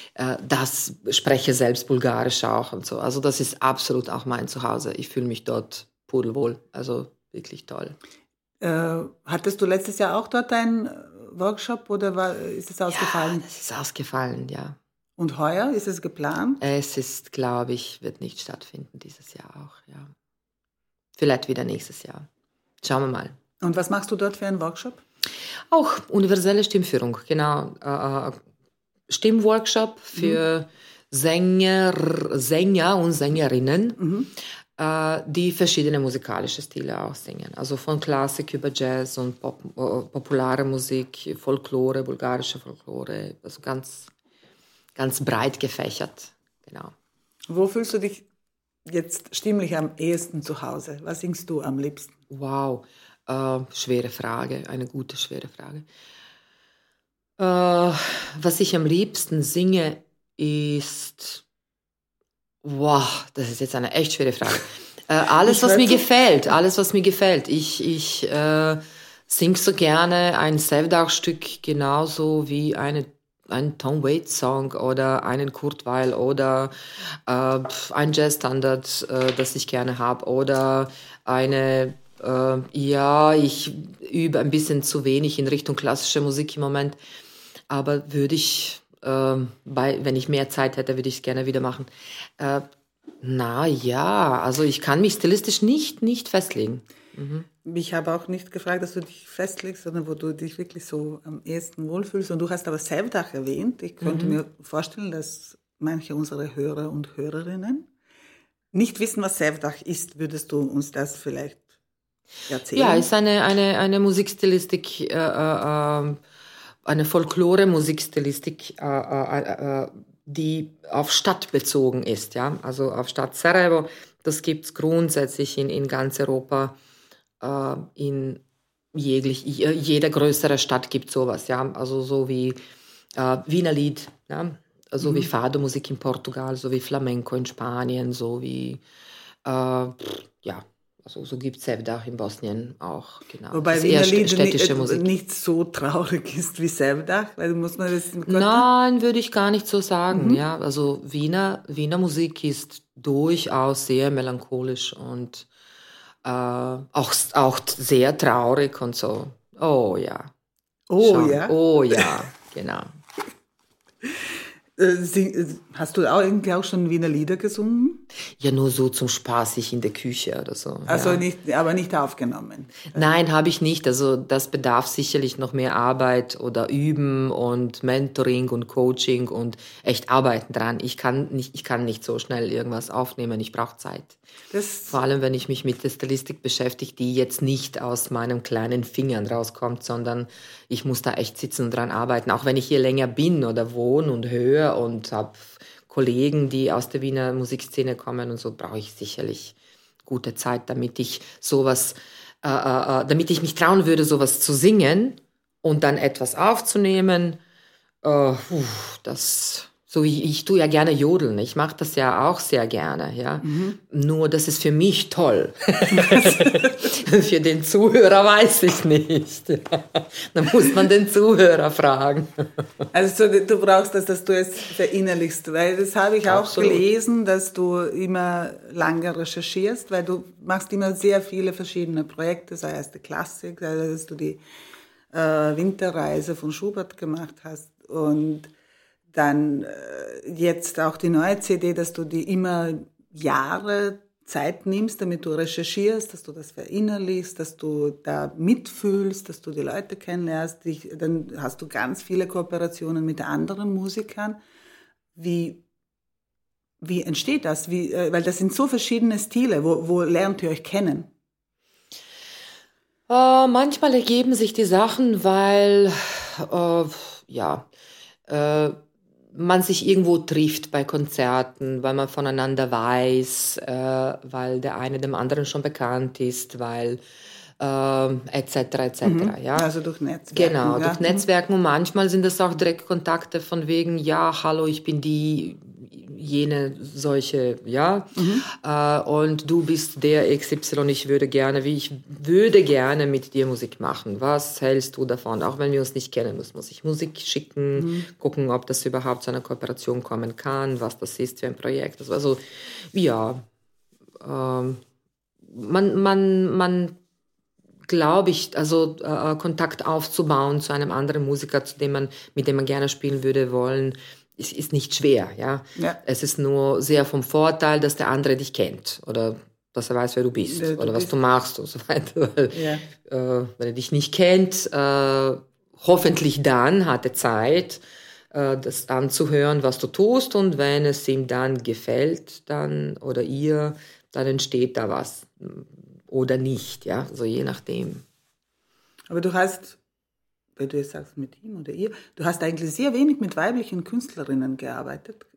Das spreche selbst Bulgarisch auch und so. Also das ist absolut auch mein Zuhause. Ich fühle mich dort pudelwohl. Also wirklich toll. Äh, hattest du letztes Jahr auch dort einen Workshop oder war, ist es ausgefallen? Ja, das ist ausgefallen, ja. Und heuer ist es geplant? Es ist, glaube ich, wird nicht stattfinden dieses Jahr auch, ja. Vielleicht wieder nächstes Jahr. Schauen wir mal. Und was machst du dort für einen Workshop? Auch universelle Stimmführung, genau. Äh, Stimmworkshop für mhm. Sänger, Sänger und Sängerinnen, mhm. äh, die verschiedene musikalische Stile auch singen. Also von Klassik über Jazz und Pop, äh, populare Musik, Folklore, bulgarische Folklore, also ganz, ganz breit gefächert. Genau. Wo fühlst du dich jetzt stimmlich am ehesten zu Hause? Was singst du am liebsten? Wow, äh, schwere Frage, eine gute, schwere Frage. Uh, was ich am liebsten singe, ist, wow, das ist jetzt eine echt schwere Frage. Uh, alles, was mir gefällt, alles, was mir gefällt. Ich, ich uh, singe so gerne ein Sevdah-Stück genauso wie eine, einen Tom Waits-Song oder einen Kurt Weill oder uh, ein Jazz-Standard, uh, das ich gerne habe oder eine, uh, ja, ich übe ein bisschen zu wenig in Richtung klassische Musik im Moment. Aber würde ich, äh, bei, wenn ich mehr Zeit hätte, würde ich es gerne wieder machen. Äh, na ja, also ich kann mich stilistisch nicht, nicht festlegen. Mhm. Ich habe auch nicht gefragt, dass du dich festlegst, sondern wo du dich wirklich so am ehesten wohlfühlst. Und du hast aber Sevdah erwähnt. Ich könnte mhm. mir vorstellen, dass manche unserer Hörer und Hörerinnen nicht wissen, was Sevdah ist. Würdest du uns das vielleicht erzählen? Ja, ist eine, eine, eine Musikstilistik, äh, äh, eine Folklore-Musikstilistik, äh, äh, äh, die auf Stadt bezogen ist. Ja? Also auf Stadt Sarajevo, das gibt es grundsätzlich in, in ganz Europa, äh, in jeglich, jeder größere Stadt gibt sowas. Ja? Also so wie äh, Wiener Lied, ja? So mhm. wie Fado-Musik in Portugal, so wie Flamenco in Spanien, so wie, äh, ja, also so gibt es Sevdah in Bosnien auch, genau. Wobei Wiener Lied städtische nicht, Musik. nicht so traurig ist wie Sevdah, weil muss man das... Nein, würde ich gar nicht so sagen, mhm. ja. Also Wiener, Wiener Musik ist durchaus sehr melancholisch und äh, auch, auch sehr traurig und so. Oh ja. Oh Schon. ja? Oh ja, genau. Hast du auch irgendwie auch schon Wiener Lieder gesungen? Ja, nur so zum Spaß, ich in der Küche oder so. Also ja. nicht, aber nicht aufgenommen? Nein, habe ich nicht. Also das bedarf sicherlich noch mehr Arbeit oder Üben und Mentoring und Coaching und echt arbeiten dran. Ich kann nicht, ich kann nicht so schnell irgendwas aufnehmen. Ich brauche Zeit. Das Vor allem, wenn ich mich mit der Stilistik beschäftige, die jetzt nicht aus meinen kleinen Fingern rauskommt, sondern ich muss da echt sitzen und dran arbeiten. Auch wenn ich hier länger bin oder wohne und höre und habe Kollegen, die aus der Wiener Musikszene kommen und so, brauche ich sicherlich gute Zeit, damit ich sowas, äh, äh, damit ich mich trauen würde, sowas zu singen und dann etwas aufzunehmen. Äh, uff, das, so ich, ich tue ja gerne jodeln. Ich mache das ja auch sehr gerne, ja. Mhm. Nur das ist für mich toll. Für den Zuhörer weiß ich nicht. Da muss man den Zuhörer fragen. Also du brauchst das, dass du es verinnerlichst, weil das habe ich auch Absolut. gelesen, dass du immer lange recherchierst, weil du machst immer sehr viele verschiedene Projekte, sei es die Klassik, sei es, dass du die äh, Winterreise von Schubert gemacht hast und dann äh, jetzt auch die neue C D, dass du die immer Jahre Zeit nimmst, damit du recherchierst, dass du das verinnerlichst, dass du da mitfühlst, dass du die Leute kennenlernst. Dich, dann hast du ganz viele Kooperationen mit anderen Musikern. Wie, wie entsteht das? Wie, äh, weil das sind so verschiedene Stile. Wo, wo lernt ihr euch kennen? Äh, manchmal ergeben sich die Sachen, weil, äh, ja, äh, man sich irgendwo trifft bei Konzerten, weil man voneinander weiß, äh, weil der eine dem anderen schon bekannt ist, weil äh, et cetera et cetera. Mhm. Ja? Also durch Netzwerken. Genau, ja. durch Netzwerken und manchmal sind das auch Direktkontakte von wegen, ja, hallo, ich bin die, jene, solche, ja, mhm. äh, und du bist der X Y, ich würde gerne, wie ich würde gerne mit dir Musik machen. Was hältst du davon? Auch wenn wir uns nicht kennen, muss, muss ich Musik schicken, mhm. gucken, ob das überhaupt zu einer Kooperation kommen kann, was das ist für ein Projekt. Also, ja, ähm, man, man, man, glaube ich, also äh, Kontakt aufzubauen zu einem anderen Musiker, zu dem man, mit dem man gerne spielen würde wollen, ist, ist nicht schwer, ja? ja. Es ist nur sehr vom Vorteil, dass der andere dich kennt oder dass er weiß, wer du bist du, oder du was bist. du machst und so weiter. Weil, ja. äh, wenn er dich nicht kennt, äh, hoffentlich dann hat er Zeit, äh, das anzuhören, was du tust, und wenn es ihm dann gefällt, dann oder ihr, dann entsteht da was oder nicht, ja, so je nachdem. Aber du hast, weil du jetzt sagst mit ihm oder ihr, du hast eigentlich sehr wenig mit weiblichen Künstlerinnen gearbeitet.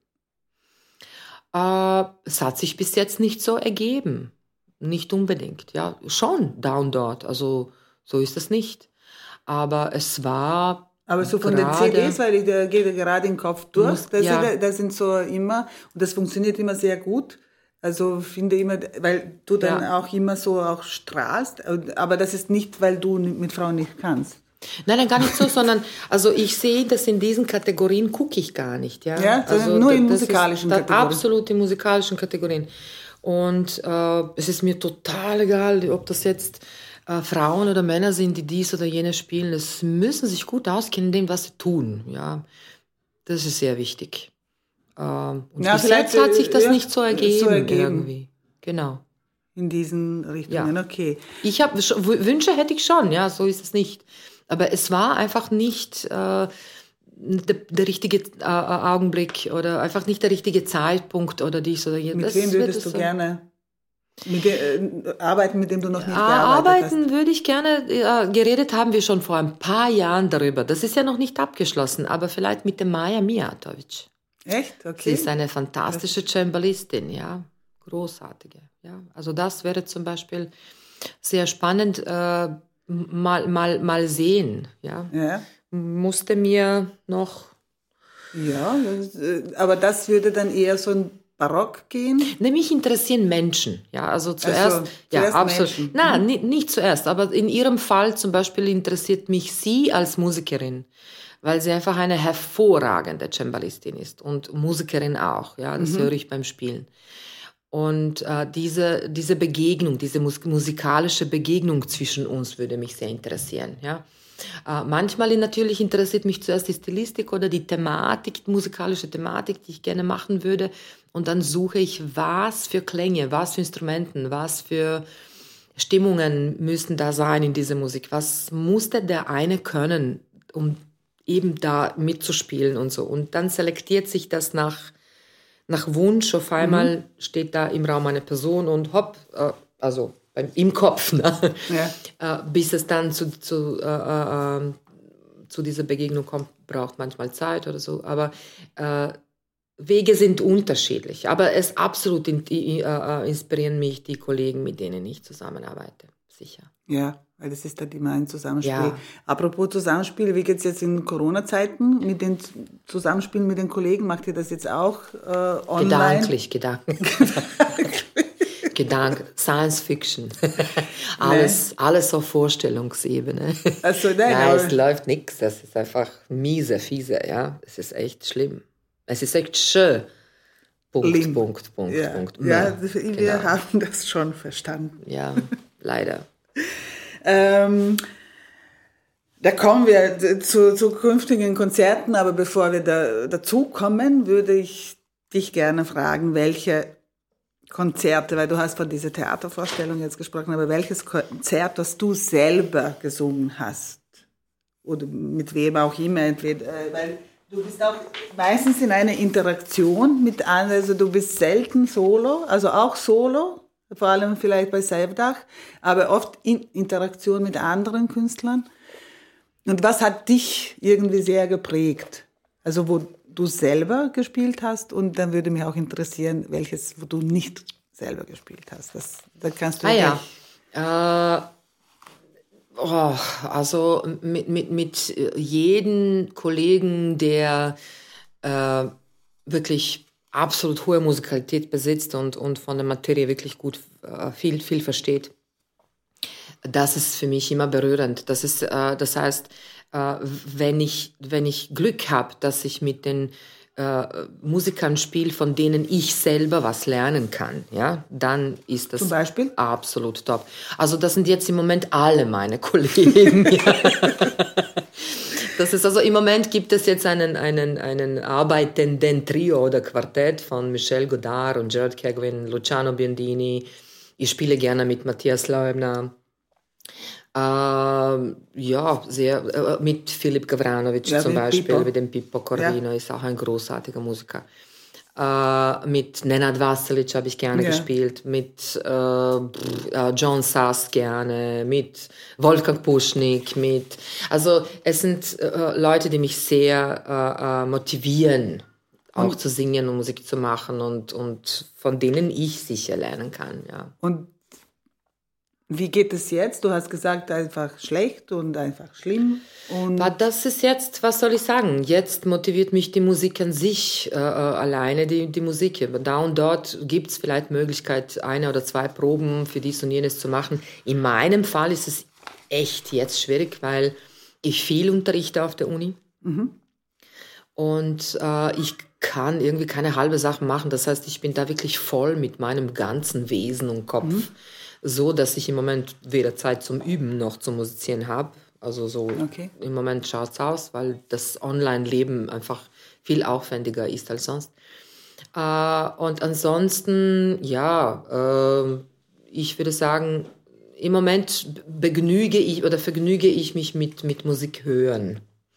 Äh, es hat sich bis jetzt nicht so ergeben. Nicht unbedingt, ja. Schon da und dort, also so ist es nicht. Aber es war Aber so von den C Ds, weil ich, da geht ja gerade den Kopf durch, muss, das, ja. sind, das sind so immer, und das funktioniert immer sehr gut. Also finde immer, weil du dann ja. auch immer so auch strahlst, aber das ist nicht, weil du mit Frauen nicht kannst. Nein, nein, gar nicht so, sondern also ich sehe, dass in diesen Kategorien gucke ich gar nicht. Ja, ja also nur in musikalischen Kategorien. Absolut in musikalischen Kategorien. Und äh, es ist mir total egal, ob das jetzt äh, Frauen oder Männer sind, die dies oder jenes spielen. Es müssen sich gut auskennen in dem, was sie tun. Ja, das ist sehr wichtig. Äh, und ja, bis jetzt hat sich das ja, nicht so ergeben, so ergeben irgendwie. Genau. In diesen Richtungen, ja. Okay. Ich habe Wünsche hätte ich schon, ja, so ist es nicht. Aber es war einfach nicht, äh, der, der richtige äh, Augenblick oder einfach nicht der richtige Zeitpunkt oder dies oder jenes. Mit das wem würdest du so gerne mit de, äh, arbeiten, mit dem du noch nicht gearbeitet arbeiten hast? würde ich gerne. Äh, geredet haben wir schon vor ein paar Jahren darüber. Das ist ja noch nicht abgeschlossen, aber vielleicht mit der Maja Mijatovic. Echt? Okay. Sie ist eine fantastische Cembalistin, ja, großartige. Ja, also das wäre zum Beispiel sehr spannend, äh, mal, mal, mal sehen. Ja. Ja. Musste mir noch. Ja, das, äh, aber das würde dann eher so ein Barock gehen? Ne, mich interessieren Menschen. Ja, also zuerst. Also, ja, zuerst absolut. Menschen. Nein, nicht, nicht zuerst, aber in ihrem Fall zum Beispiel interessiert mich sie als Musikerin, weil sie einfach eine hervorragende Cembalistin ist und Musikerin auch. Ja, das mhm. höre ich beim Spielen. Und äh, diese, diese Begegnung, diese mus- musikalische Begegnung zwischen uns würde mich sehr interessieren. Ja? Äh, manchmal natürlich interessiert mich zuerst die Stilistik oder die Thematik, die musikalische Thematik, die ich gerne machen würde. Und dann suche ich, was für Klänge, was für Instrumenten, was für Stimmungen müssen da sein in dieser Musik. Was musste der eine können, um eben da mitzuspielen und so. Und dann selektiert sich das nach... Nach Wunsch, auf einmal mhm. steht da im Raum eine Person und hopp, äh, also beim, im Kopf, ne? Ja. äh, bis es dann zu, zu, äh, äh, zu dieser Begegnung kommt, braucht manchmal Zeit oder so. Aber äh, Wege sind unterschiedlich. Aber es absolut in, äh, inspirieren mich die Kollegen, mit denen ich zusammenarbeite, sicher. Ja, weil das ist dann immer ein Zusammenspiel. Ja. Apropos Zusammenspiel, wie geht es jetzt in Corona-Zeiten mit den Zusammenspielen mit den Kollegen? Macht ihr das jetzt auch äh, online? Gedanklich, Gedanken. Gedanken, Science Fiction. alles, alles auf Vorstellungsebene. Also, nein, nein, es läuft nichts. Das ist einfach miese, fiese, ja. Es ist echt schlimm. Es ist echt schön. Punkt, Link. Punkt, Punkt, ja. Punkt. Ja, ja wir genau. haben das schon verstanden. Ja, leider. ähm, da kommen wir zu zukünftigen Konzerten, aber bevor wir da, dazu kommen, würde ich dich gerne fragen, welche Konzerte, weil du hast von dieser Theatervorstellung jetzt gesprochen, aber welches Konzert, das du selber gesungen hast? Oder mit wem auch immer, entweder, weil du bist auch meistens in einer Interaktion mit anderen, also du bist selten solo, also auch solo, vor allem vielleicht bei Sevdach, aber oft in Interaktion mit anderen Künstlern. Und was hat dich irgendwie sehr geprägt? Also wo du selber gespielt hast und dann würde mich auch interessieren, welches, wo du nicht selber gespielt hast. Das, da kannst du ah ja. Äh, oh, also mit, mit, mit jedem Kollegen, der äh, wirklich absolut hohe Musikalität besitzt und, und von der Materie wirklich gut äh, viel, viel versteht. Das ist für mich immer berührend. Das ist, äh, das heißt, äh, wenn ich, wenn ich Glück habe, dass ich mit den äh, Musikern spiele, von denen ich selber was lernen kann, ja, dann ist das Zum Beispiel? Absolut top. Also das sind jetzt im Moment alle meine Kollegen. Ja. Das ist also im Moment gibt es jetzt einen, einen, einen arbeitenden Trio oder Quartett von Michel Godard und Jared Keguin, Luciano Biondini. Ich spiele gerne mit Matthias Leubner. Äh, ja, sehr, äh, mit Filip Gavranovic ja, zum Beispiel, Pippo. Mit dem Pippo Corvino, ja. Ist auch ein großartiger Musiker. Äh, mit Nenad Vasilic habe ich gerne ja. gespielt, mit äh, äh, John Sass gerne, mit Wolfgang Puschnik, mit, also es sind äh, Leute, die mich sehr äh, motivieren, auch und, zu singen und Musik zu machen und, und von denen ich sicher lernen kann. Ja. Und wie geht es jetzt? Du hast gesagt, einfach schlecht und einfach schlimm. Und das ist jetzt, was soll ich sagen? Jetzt motiviert mich die Musik an sich äh, alleine, die, die Musik. Da und dort gibt es vielleicht Möglichkeit, eine oder zwei Proben für dies und jenes zu machen. In meinem Fall ist es echt jetzt schwierig, weil ich viel unterrichte auf der Uni. Mhm. Und äh, ich kann irgendwie keine halbe Sache machen. Das heißt, ich bin da wirklich voll mit meinem ganzen Wesen und Kopf. Mhm. So, dass ich im Moment weder Zeit zum Üben noch zum Musizieren habe. Also so okay. Im Moment schaut es aus, weil das Online-Leben einfach viel aufwendiger ist als sonst. Äh, und ansonsten, ja, äh, ich würde sagen, im Moment begnüge ich oder vergnüge ich mich mit, mit Musik hören.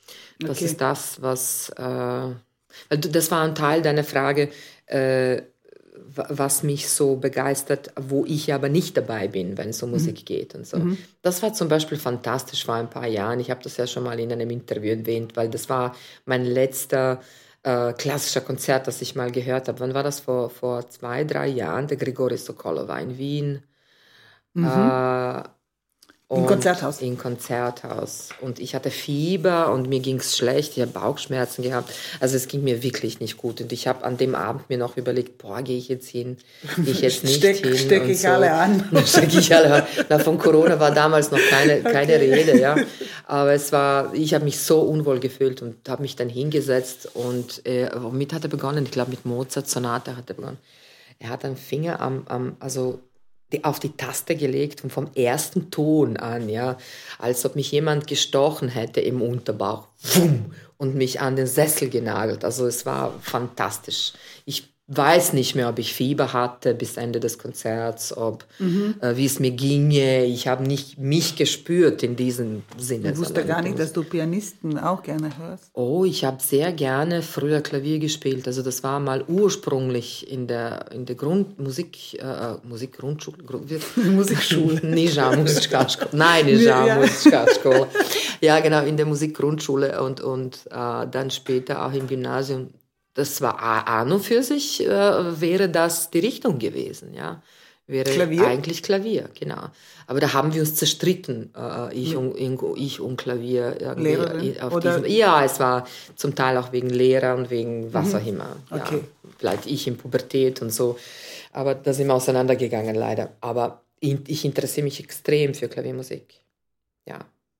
Das Okay. ist das, was, äh, das war ein Teil deiner Frage, äh, was mich so begeistert, wo ich aber nicht dabei bin, wenn es um Musik geht und so. Mhm. Das war zum Beispiel fantastisch vor ein paar Jahren. Ich habe das ja schon mal in einem Interview erwähnt, weil das war mein letzter äh, klassischer Konzert, das ich mal gehört habe. Wann war das? Vor, vor zwei, drei Jahren. Der Grigori Sokolov war in Wien. Mhm. Äh, Im Konzerthaus? Im Konzerthaus. Und ich hatte Fieber und mir ging es schlecht. Ich habe Bauchschmerzen gehabt. Also es ging mir wirklich nicht gut. Und ich habe an dem Abend mir noch überlegt, boah, gehe ich jetzt hin? Gehe ich jetzt nicht Steck, hin? Stecke ich so. alle an? Stecke ich alle an. Na, von Corona war damals noch keine, keine okay. Rede. Ja. Aber es war, ich habe mich so unwohl gefühlt und habe mich dann hingesetzt. Und äh, womit hat er begonnen? Ich glaube, mit Mozart-Sonate hat er begonnen. Er hat einen Finger am, am also Die auf die Taste gelegt und vom ersten Ton an, ja, als ob mich jemand gestochen hätte im Unterbauch und mich an den Sessel genagelt. Also es war fantastisch. Ich weiß nicht mehr, ob ich Fieber hatte bis Ende des Konzerts, ob mhm. äh, wie es mir ginge. Ich habe nicht mich gespürt in diesem Sinne. Ich wusste gar nicht, dass du Pianisten auch gerne hörst. Oh, ich habe sehr gerne früher Klavier gespielt. Also das war mal ursprünglich in der in der Grundmusik äh, Musikgrundschule Musikschule. Nija Musikschule. Nein, Nija ja. Musikschule. Ja, genau, in der Musikgrundschule und und äh, dann später auch im Gymnasium. Das war an und für sich, äh, wäre das die Richtung gewesen, ja. Wäre Klavier? Eigentlich Klavier, genau. Aber da haben wir uns zerstritten, äh, ich, und, ich und Klavier. Lehrerin? Auf Oder? Diesem, ja, es war zum Teil auch wegen Lehrer und wegen was mhm. auch immer. Ja. Okay. Vielleicht ich in Pubertät und so. Aber da sind wir auseinandergegangen, leider. Aber ich, ich interessiere mich extrem für Klaviermusik. Ja.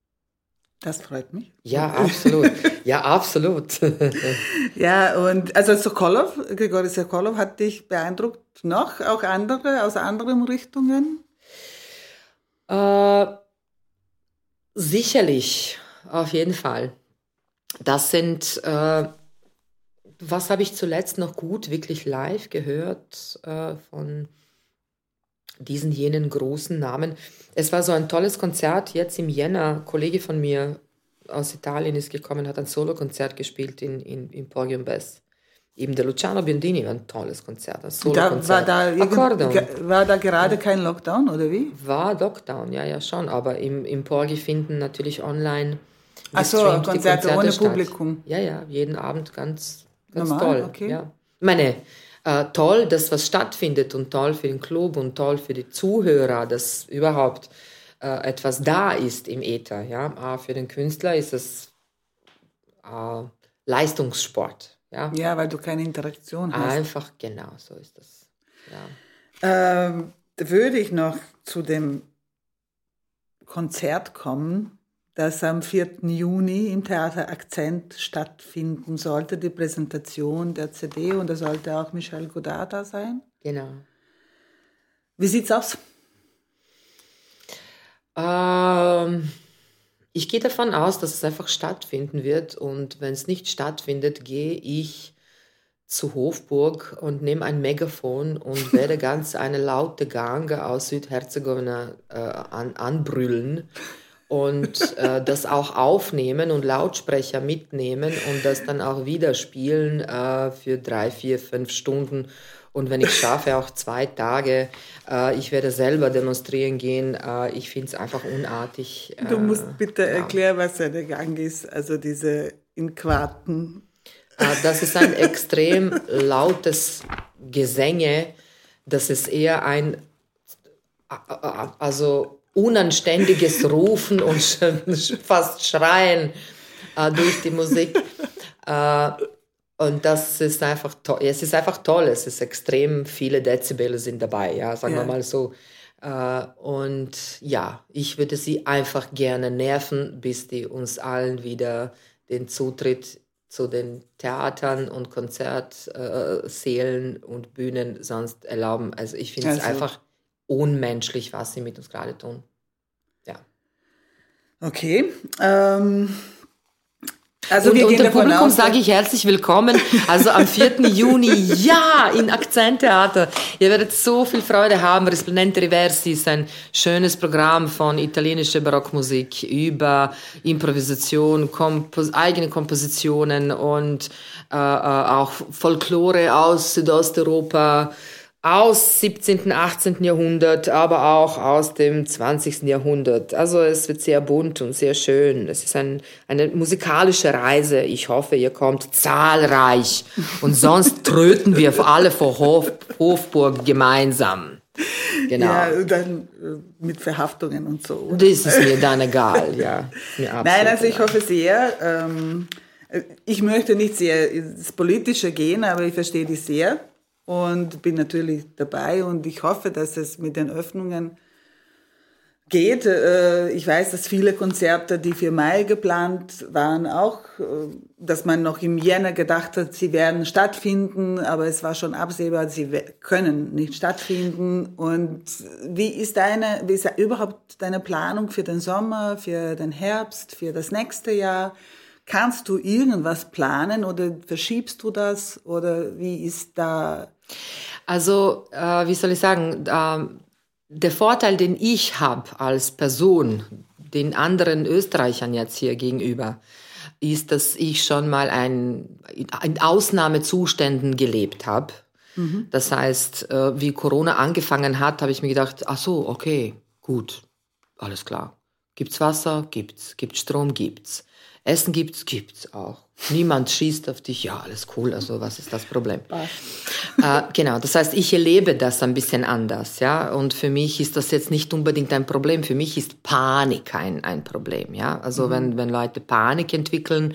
Das freut mich. Ja, absolut. Ja, absolut. Ja, und also Sokolov, Grigori Sokolov hat dich beeindruckt noch? Auch andere, aus anderen Richtungen? Äh, sicherlich, auf jeden Fall. Das sind, äh, was habe ich zuletzt noch gut wirklich live gehört äh, von diesen jenen großen Namen. Es war so ein tolles Konzert jetzt im Jänner. Ein Kollege von mir aus Italien ist gekommen, hat ein Solokonzert gespielt in, in, in Porgy und Bess. Eben der Luciano Biondini war ein tolles Konzert, ein Solokonzert. Da, war, da irgend, war da gerade kein Lockdown, oder wie? War Lockdown, ja, ja schon. Aber im, im Porgy finden natürlich online Ach so, Konzerte, Konzerte ohne statt. Publikum. Ja, ja, jeden Abend ganz, ganz Normal, toll. Okay. Ja. Ich meine, Äh, toll, dass was stattfindet und toll für den Club und toll für die Zuhörer, dass überhaupt äh, etwas da ist im Äther. Ja? Aber für den Künstler ist es äh, Leistungssport. Ja? Ja, weil du keine Interaktion hast. Einfach, genau, so ist das. Ja. Ähm, würde ich noch zu dem Konzert kommen, das am vierten Juni im Theater Akzent stattfinden sollte, die Präsentation der C D, und da sollte auch Michel Godard da sein. Genau. Wie sieht's aus? Ähm, ich gehe davon aus, dass es einfach stattfinden wird, und wenn es nicht stattfindet, gehe ich zu Hofburg und nehme ein Megafon und werde ganz eine laute Gange aus Südherzegowina äh, an, anbrüllen. Und äh, das auch aufnehmen und Lautsprecher mitnehmen und das dann auch wieder spielen äh, für drei, vier, fünf Stunden. Und wenn ich schaffe, auch zwei Tage. Äh, ich werde selber demonstrieren gehen. Äh, ich finde es einfach unartig. Äh, du musst bitte ja. erklären, was eine Gang ist, also diese in Quarten. Äh, das ist ein extrem lautes Gesänge. Das ist eher ein, also unanständiges Rufen und fast Schreien äh, durch die Musik. Äh, und das ist einfach toll. Es ist einfach toll. Es ist extrem viele Dezibel sind dabei, ja, sagen ja. wir mal so. Äh, und ja, ich würde sie einfach gerne nerven, bis die uns allen wieder den Zutritt zu den Theatern und Konzertsälen äh, und Bühnen sonst erlauben. Also ich finde es also einfach unmenschlich, was sie mit uns gerade tun. Ja. Okay. Ähm, Also und wir und gehen dem davon Publikum aus, sage ich herzlich willkommen. Also am vierten Juni, ja, in Akzenttheater. Ihr werdet so viel Freude haben. Risplendente Reversi ist ein schönes Programm von italienischer Barockmusik über Improvisation, Kompos- eigene Kompositionen und äh, auch Folklore aus Südosteuropa, aus siebzehnten, achtzehnten Jahrhundert, aber auch aus dem zwanzigsten Jahrhundert. Also es wird sehr bunt und sehr schön. Es ist ein, eine musikalische Reise. Ich hoffe, ihr kommt zahlreich. Und sonst tröten wir alle vor Hof, Hofburg gemeinsam. Genau. Ja, dann äh, mit Verhaftungen und so. Oder? Das ist mir dann egal, ja. Mir Nein, also ich egal. hoffe sehr. Ähm, ich möchte nicht sehr ins Politische gehen, aber ich verstehe dich sehr. Und bin natürlich dabei und ich hoffe, dass es mit den Öffnungen geht. Ich weiß, dass viele Konzerte, die für Mai geplant waren, auch, dass man noch im Jänner gedacht hat, sie werden stattfinden, aber es war schon absehbar, sie können nicht stattfinden. Und wie ist deine, wie ist überhaupt deine Planung für den Sommer, für den Herbst, für das nächste Jahr? Kannst du irgendwas planen oder verschiebst du das oder wie ist da? Also, äh, wie soll ich sagen, äh, der Vorteil, den ich habe als Person, den anderen Österreichern jetzt hier gegenüber, ist, dass ich schon mal ein, in Ausnahmezuständen gelebt habe. Mhm. Das heißt, äh, wie Corona angefangen hat, habe ich mir gedacht, ach so, okay, gut, alles klar. Gibt's Wasser? Gibt's. Gibt's Strom? Gibt's. Essen gibt's, gibt's auch. Niemand schießt auf dich, ja, alles cool, also was ist das Problem? äh, genau, das heißt, ich erlebe das ein bisschen anders, ja, und für mich ist das jetzt nicht unbedingt ein Problem, für mich ist Panik ein, ein Problem, ja, also mhm. wenn, wenn Leute Panik entwickeln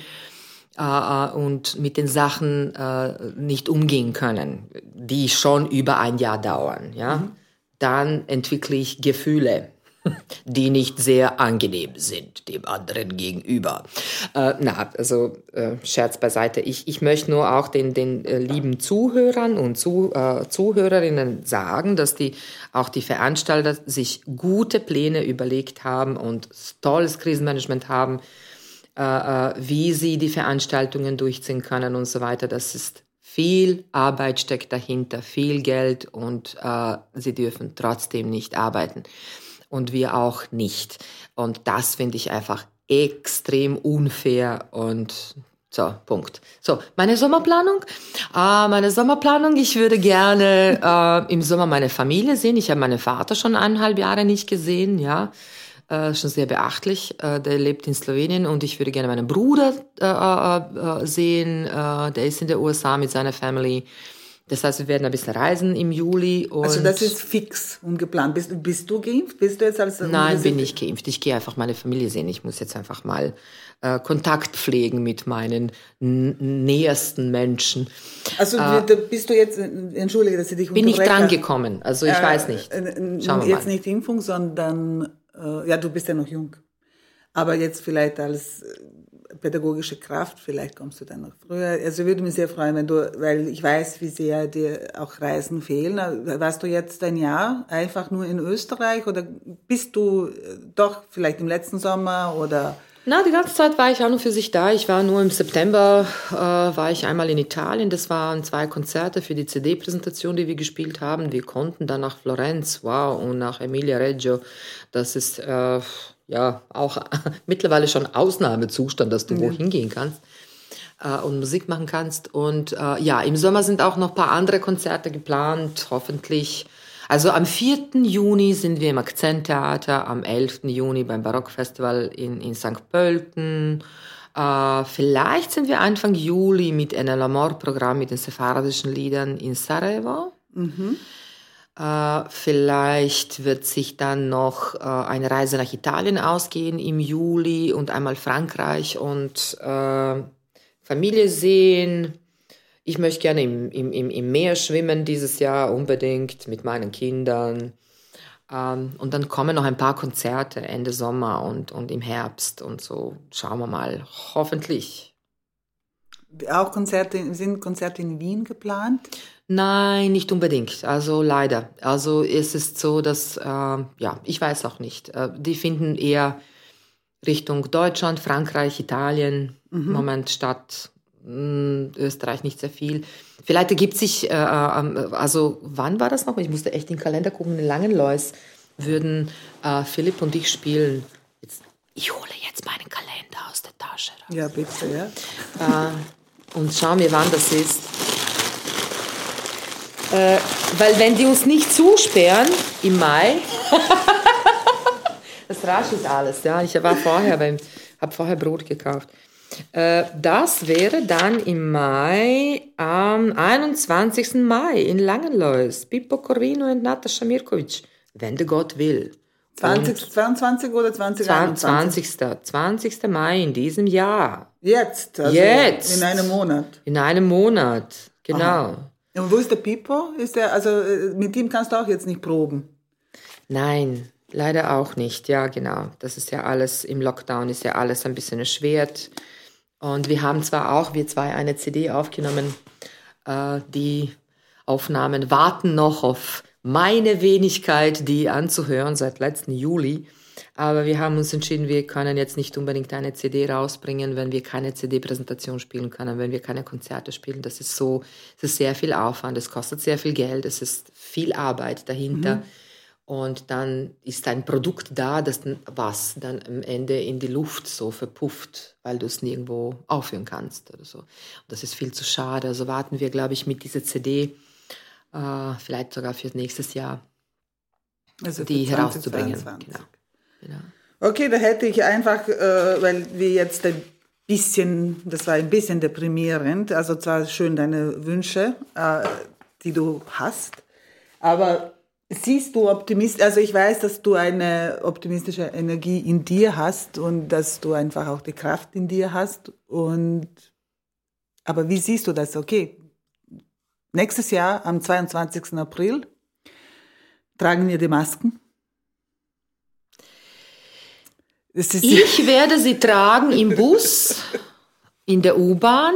äh, und mit den Sachen äh, nicht umgehen können, die schon über ein Jahr dauern, ja, mhm. dann entwickle ich Gefühle, die nicht sehr angenehm sind dem anderen gegenüber. Äh, na, also äh, Scherz beiseite. Ich, ich möchte nur auch den, den äh, lieben Zuhörern und zu, äh, Zuhörerinnen sagen, dass die auch die Veranstalter sich gute Pläne überlegt haben und tolles Krisenmanagement haben, äh, äh, wie sie die Veranstaltungen durchziehen können und so weiter. Das ist viel Arbeit steckt dahinter, viel Geld und äh, sie dürfen trotzdem nicht arbeiten. Und wir auch nicht. Und das finde ich einfach extrem unfair und so, Punkt. So, meine Sommerplanung. Äh, meine Sommerplanung, ich würde gerne äh, im Sommer meine Familie sehen. Ich habe meinen Vater schon eineinhalb Jahre nicht gesehen, ja. Äh, schon sehr beachtlich. Äh, der lebt in Slowenien und ich würde gerne meinen Bruder äh, äh, sehen. Äh, der ist in der U S A mit seiner Family. Das heißt, wir werden ein bisschen reisen im Juli. Und also das ist fix und geplant. Bist, bist du geimpft? Bist du jetzt als Nein, bin nicht geimpft. Ich gehe einfach meine Familie sehen. Ich muss jetzt einfach mal äh, Kontakt pflegen mit meinen n- nähersten Menschen. Also äh, bist du jetzt, entschuldige, dass ich dich bin ich dran gekommen. Also ich äh, weiß nicht. Schauen wir jetzt mal. Nicht Impfung, sondern, äh, ja, du bist ja noch jung. Aber jetzt vielleicht als pädagogische Kraft, vielleicht kommst du dann noch früher. Also würde mich sehr freuen, wenn du, weil ich weiß, wie sehr dir auch Reisen fehlen. Warst du jetzt ein Jahr einfach nur in Österreich oder bist du doch vielleicht im letzten Sommer oder? Na, die ganze Zeit war ich auch nur für sich da. Ich war nur im September, äh, war ich einmal in Italien. Das waren zwei Konzerte für die C D-Präsentation, die wir gespielt haben. Wir konnten dann nach Florenz, wow, und nach Emilia Reggio. Das ist, äh, ja, auch mittlerweile schon Ausnahmezustand, dass du ja. wohin gehen kannst äh, und Musik machen kannst. Und äh, ja, im Sommer sind auch noch ein paar andere Konzerte geplant, hoffentlich. Also am vierten Juni sind wir im Akzenttheater, am elften Juni beim Barockfestival in, in Sankt Pölten. Äh, vielleicht sind wir Anfang Juli mit einem L'Amour-Programm mit den sephardischen Liedern in Sarajevo. Mhm. Uh, vielleicht wird sich dann noch uh, eine Reise nach Italien ausgehen im Juli und einmal Frankreich und uh, Familie sehen. Ich möchte gerne im, im, im Meer schwimmen dieses Jahr unbedingt mit meinen Kindern. Um, und dann kommen noch ein paar Konzerte Ende Sommer und, und im Herbst und so. Schauen wir mal. Hoffentlich. Auch Konzerte, sind Konzerte in Wien geplant? Nein, nicht unbedingt. Also leider. Also es ist so, dass, äh, ja, ich weiß auch nicht. Äh, die finden eher Richtung Deutschland, Frankreich, Italien, Mhm. im Moment statt mh, Österreich nicht sehr viel. Vielleicht ergibt sich, äh, äh, also wann war das noch? Ich musste echt in den Kalender gucken, in Langenlois würden äh, Philipp und ich spielen. Jetzt, ich hole jetzt meinen Kalender aus der Tasche raus. Ja, bitte, ja. Äh, und schau mir, wann das ist. Äh, weil wenn die uns nicht zusperren im Mai, das raschelt alles, ja. Ich war vorher beim, habe vorher Brot gekauft. Äh, das wäre dann im Mai, am einundzwanzigsten Mai in Langenlois. Pippo Corvino und Natascha Mirkovic, wenn der Gott will. zwanzig, zweiundzwanzig oder zwanzig einundzwanzig? zwanzigsten zwanzigsten Mai in diesem Jahr. Jetzt, also Jetzt. in einem Monat. In einem Monat, genau. Aha. Und wo ist der Pippo? Ist der, also mit ihm kannst du auch jetzt nicht proben? Nein, leider auch nicht. Ja, genau. Das ist ja alles, im Lockdown ist ja alles ein bisschen erschwert. Und wir haben zwar auch, wir zwei, eine C D aufgenommen. Äh, die Aufnahmen warten noch auf meine Wenigkeit, die anzuhören seit letzten Juli. Aber wir haben uns entschieden, wir können jetzt nicht unbedingt eine C D rausbringen, wenn wir keine C D-Präsentation spielen können, wenn wir keine Konzerte spielen. Das ist so, es ist sehr viel Aufwand, es kostet sehr viel Geld, es ist viel Arbeit dahinter. Mhm. Und dann ist ein Produkt da, das dann, was dann am Ende in die Luft so verpufft, weil du es nirgendwo aufführen kannst oder so. Und das ist viel zu schade. Also warten wir, glaube ich, mit dieser C D äh, vielleicht sogar für nächstes Jahr, also die zwanzig herauszubringen. zweiundzwanzig. Genau. Genau. Okay, da hätte ich einfach, äh, weil wir jetzt ein bisschen, das war ein bisschen deprimierend, also zwar schön deine Wünsche, äh, die du hast, aber siehst du optimistisch, also ich weiß, dass du eine optimistische Energie in dir hast und dass du einfach auch die Kraft in dir hast, und aber wie siehst du das? Okay, nächstes Jahr am zweiundzwanzigsten April tragen wir die Masken. Ich werde sie tragen im Bus, in der U-Bahn.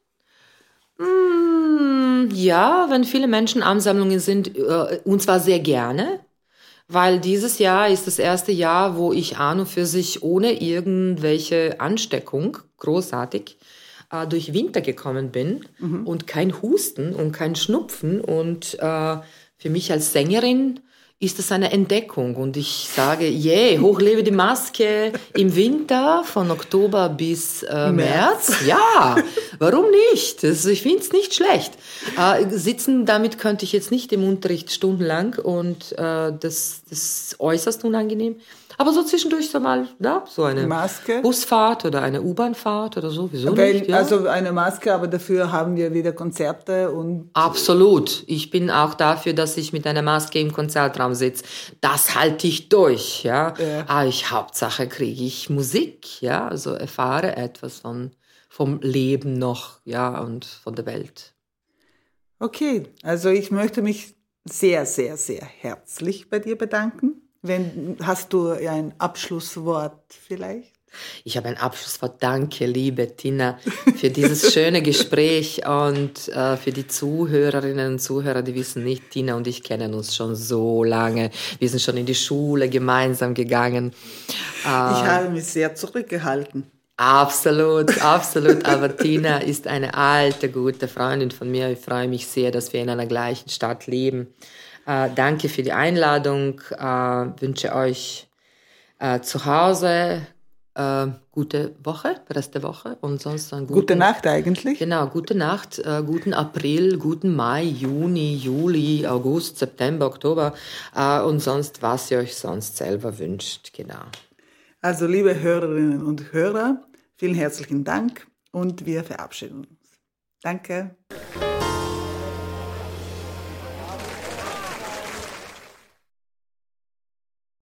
Hm, ja, wenn viele Menschenansammlungen sind, äh, und zwar sehr gerne, weil dieses Jahr ist das erste Jahr, wo ich an und für sich ohne irgendwelche Ansteckung, großartig, äh, durch Winter gekommen bin, mhm. und kein Husten und kein Schnupfen, und äh, für mich als Sängerin ist das eine Entdeckung, und ich sage, yeah, hochlebe die Maske im Winter von Oktober bis äh, März. Ja, warum nicht? Das, ich finde es nicht schlecht. Äh, sitzen damit könnte ich jetzt nicht im Unterricht stundenlang, und äh, das, das ist äußerst unangenehm. Aber so zwischendurch so mal, ja, so eine Maske. Busfahrt oder eine U-Bahn-Fahrt oder so, wieso Weil, nicht? Ja? Also eine Maske, aber dafür haben wir wieder Konzerte und... Absolut. Ich bin auch dafür, dass ich mit einer Maske im Konzertraum sitze. Das halte ich durch, ja. ja. Aber ich, Hauptsache kriege ich Musik, ja, also erfahre etwas von, vom Leben noch, ja, und von der Welt. Okay, also ich möchte mich sehr, sehr, sehr herzlich bei dir bedanken. Wenn, hast du ein Abschlusswort vielleicht? Ich habe ein Abschlusswort. Danke, liebe Tina, für dieses schöne Gespräch, und äh, für die Zuhörerinnen und Zuhörer, die wissen nicht, Tina und ich kennen uns schon so lange. Wir sind schon in die Schule gemeinsam gegangen. Äh, ich habe mich sehr zurückgehalten. Absolut, absolut. Aber Tina ist eine alte, gute Freundin von mir. Ich freue mich sehr, dass wir in einer gleichen Stadt leben. Äh, danke für die Einladung. Äh, wünsche euch äh, zu Hause äh, gute Woche, Rest der Woche, und sonst einen guten, gute Nacht eigentlich. Genau, gute Nacht, äh, guten April, guten Mai, Juni, Juli, August, September, Oktober äh, und sonst, was ihr euch sonst selber wünscht. Genau. Also liebe Hörerinnen und Hörer, vielen herzlichen Dank, und wir verabschieden uns. Danke.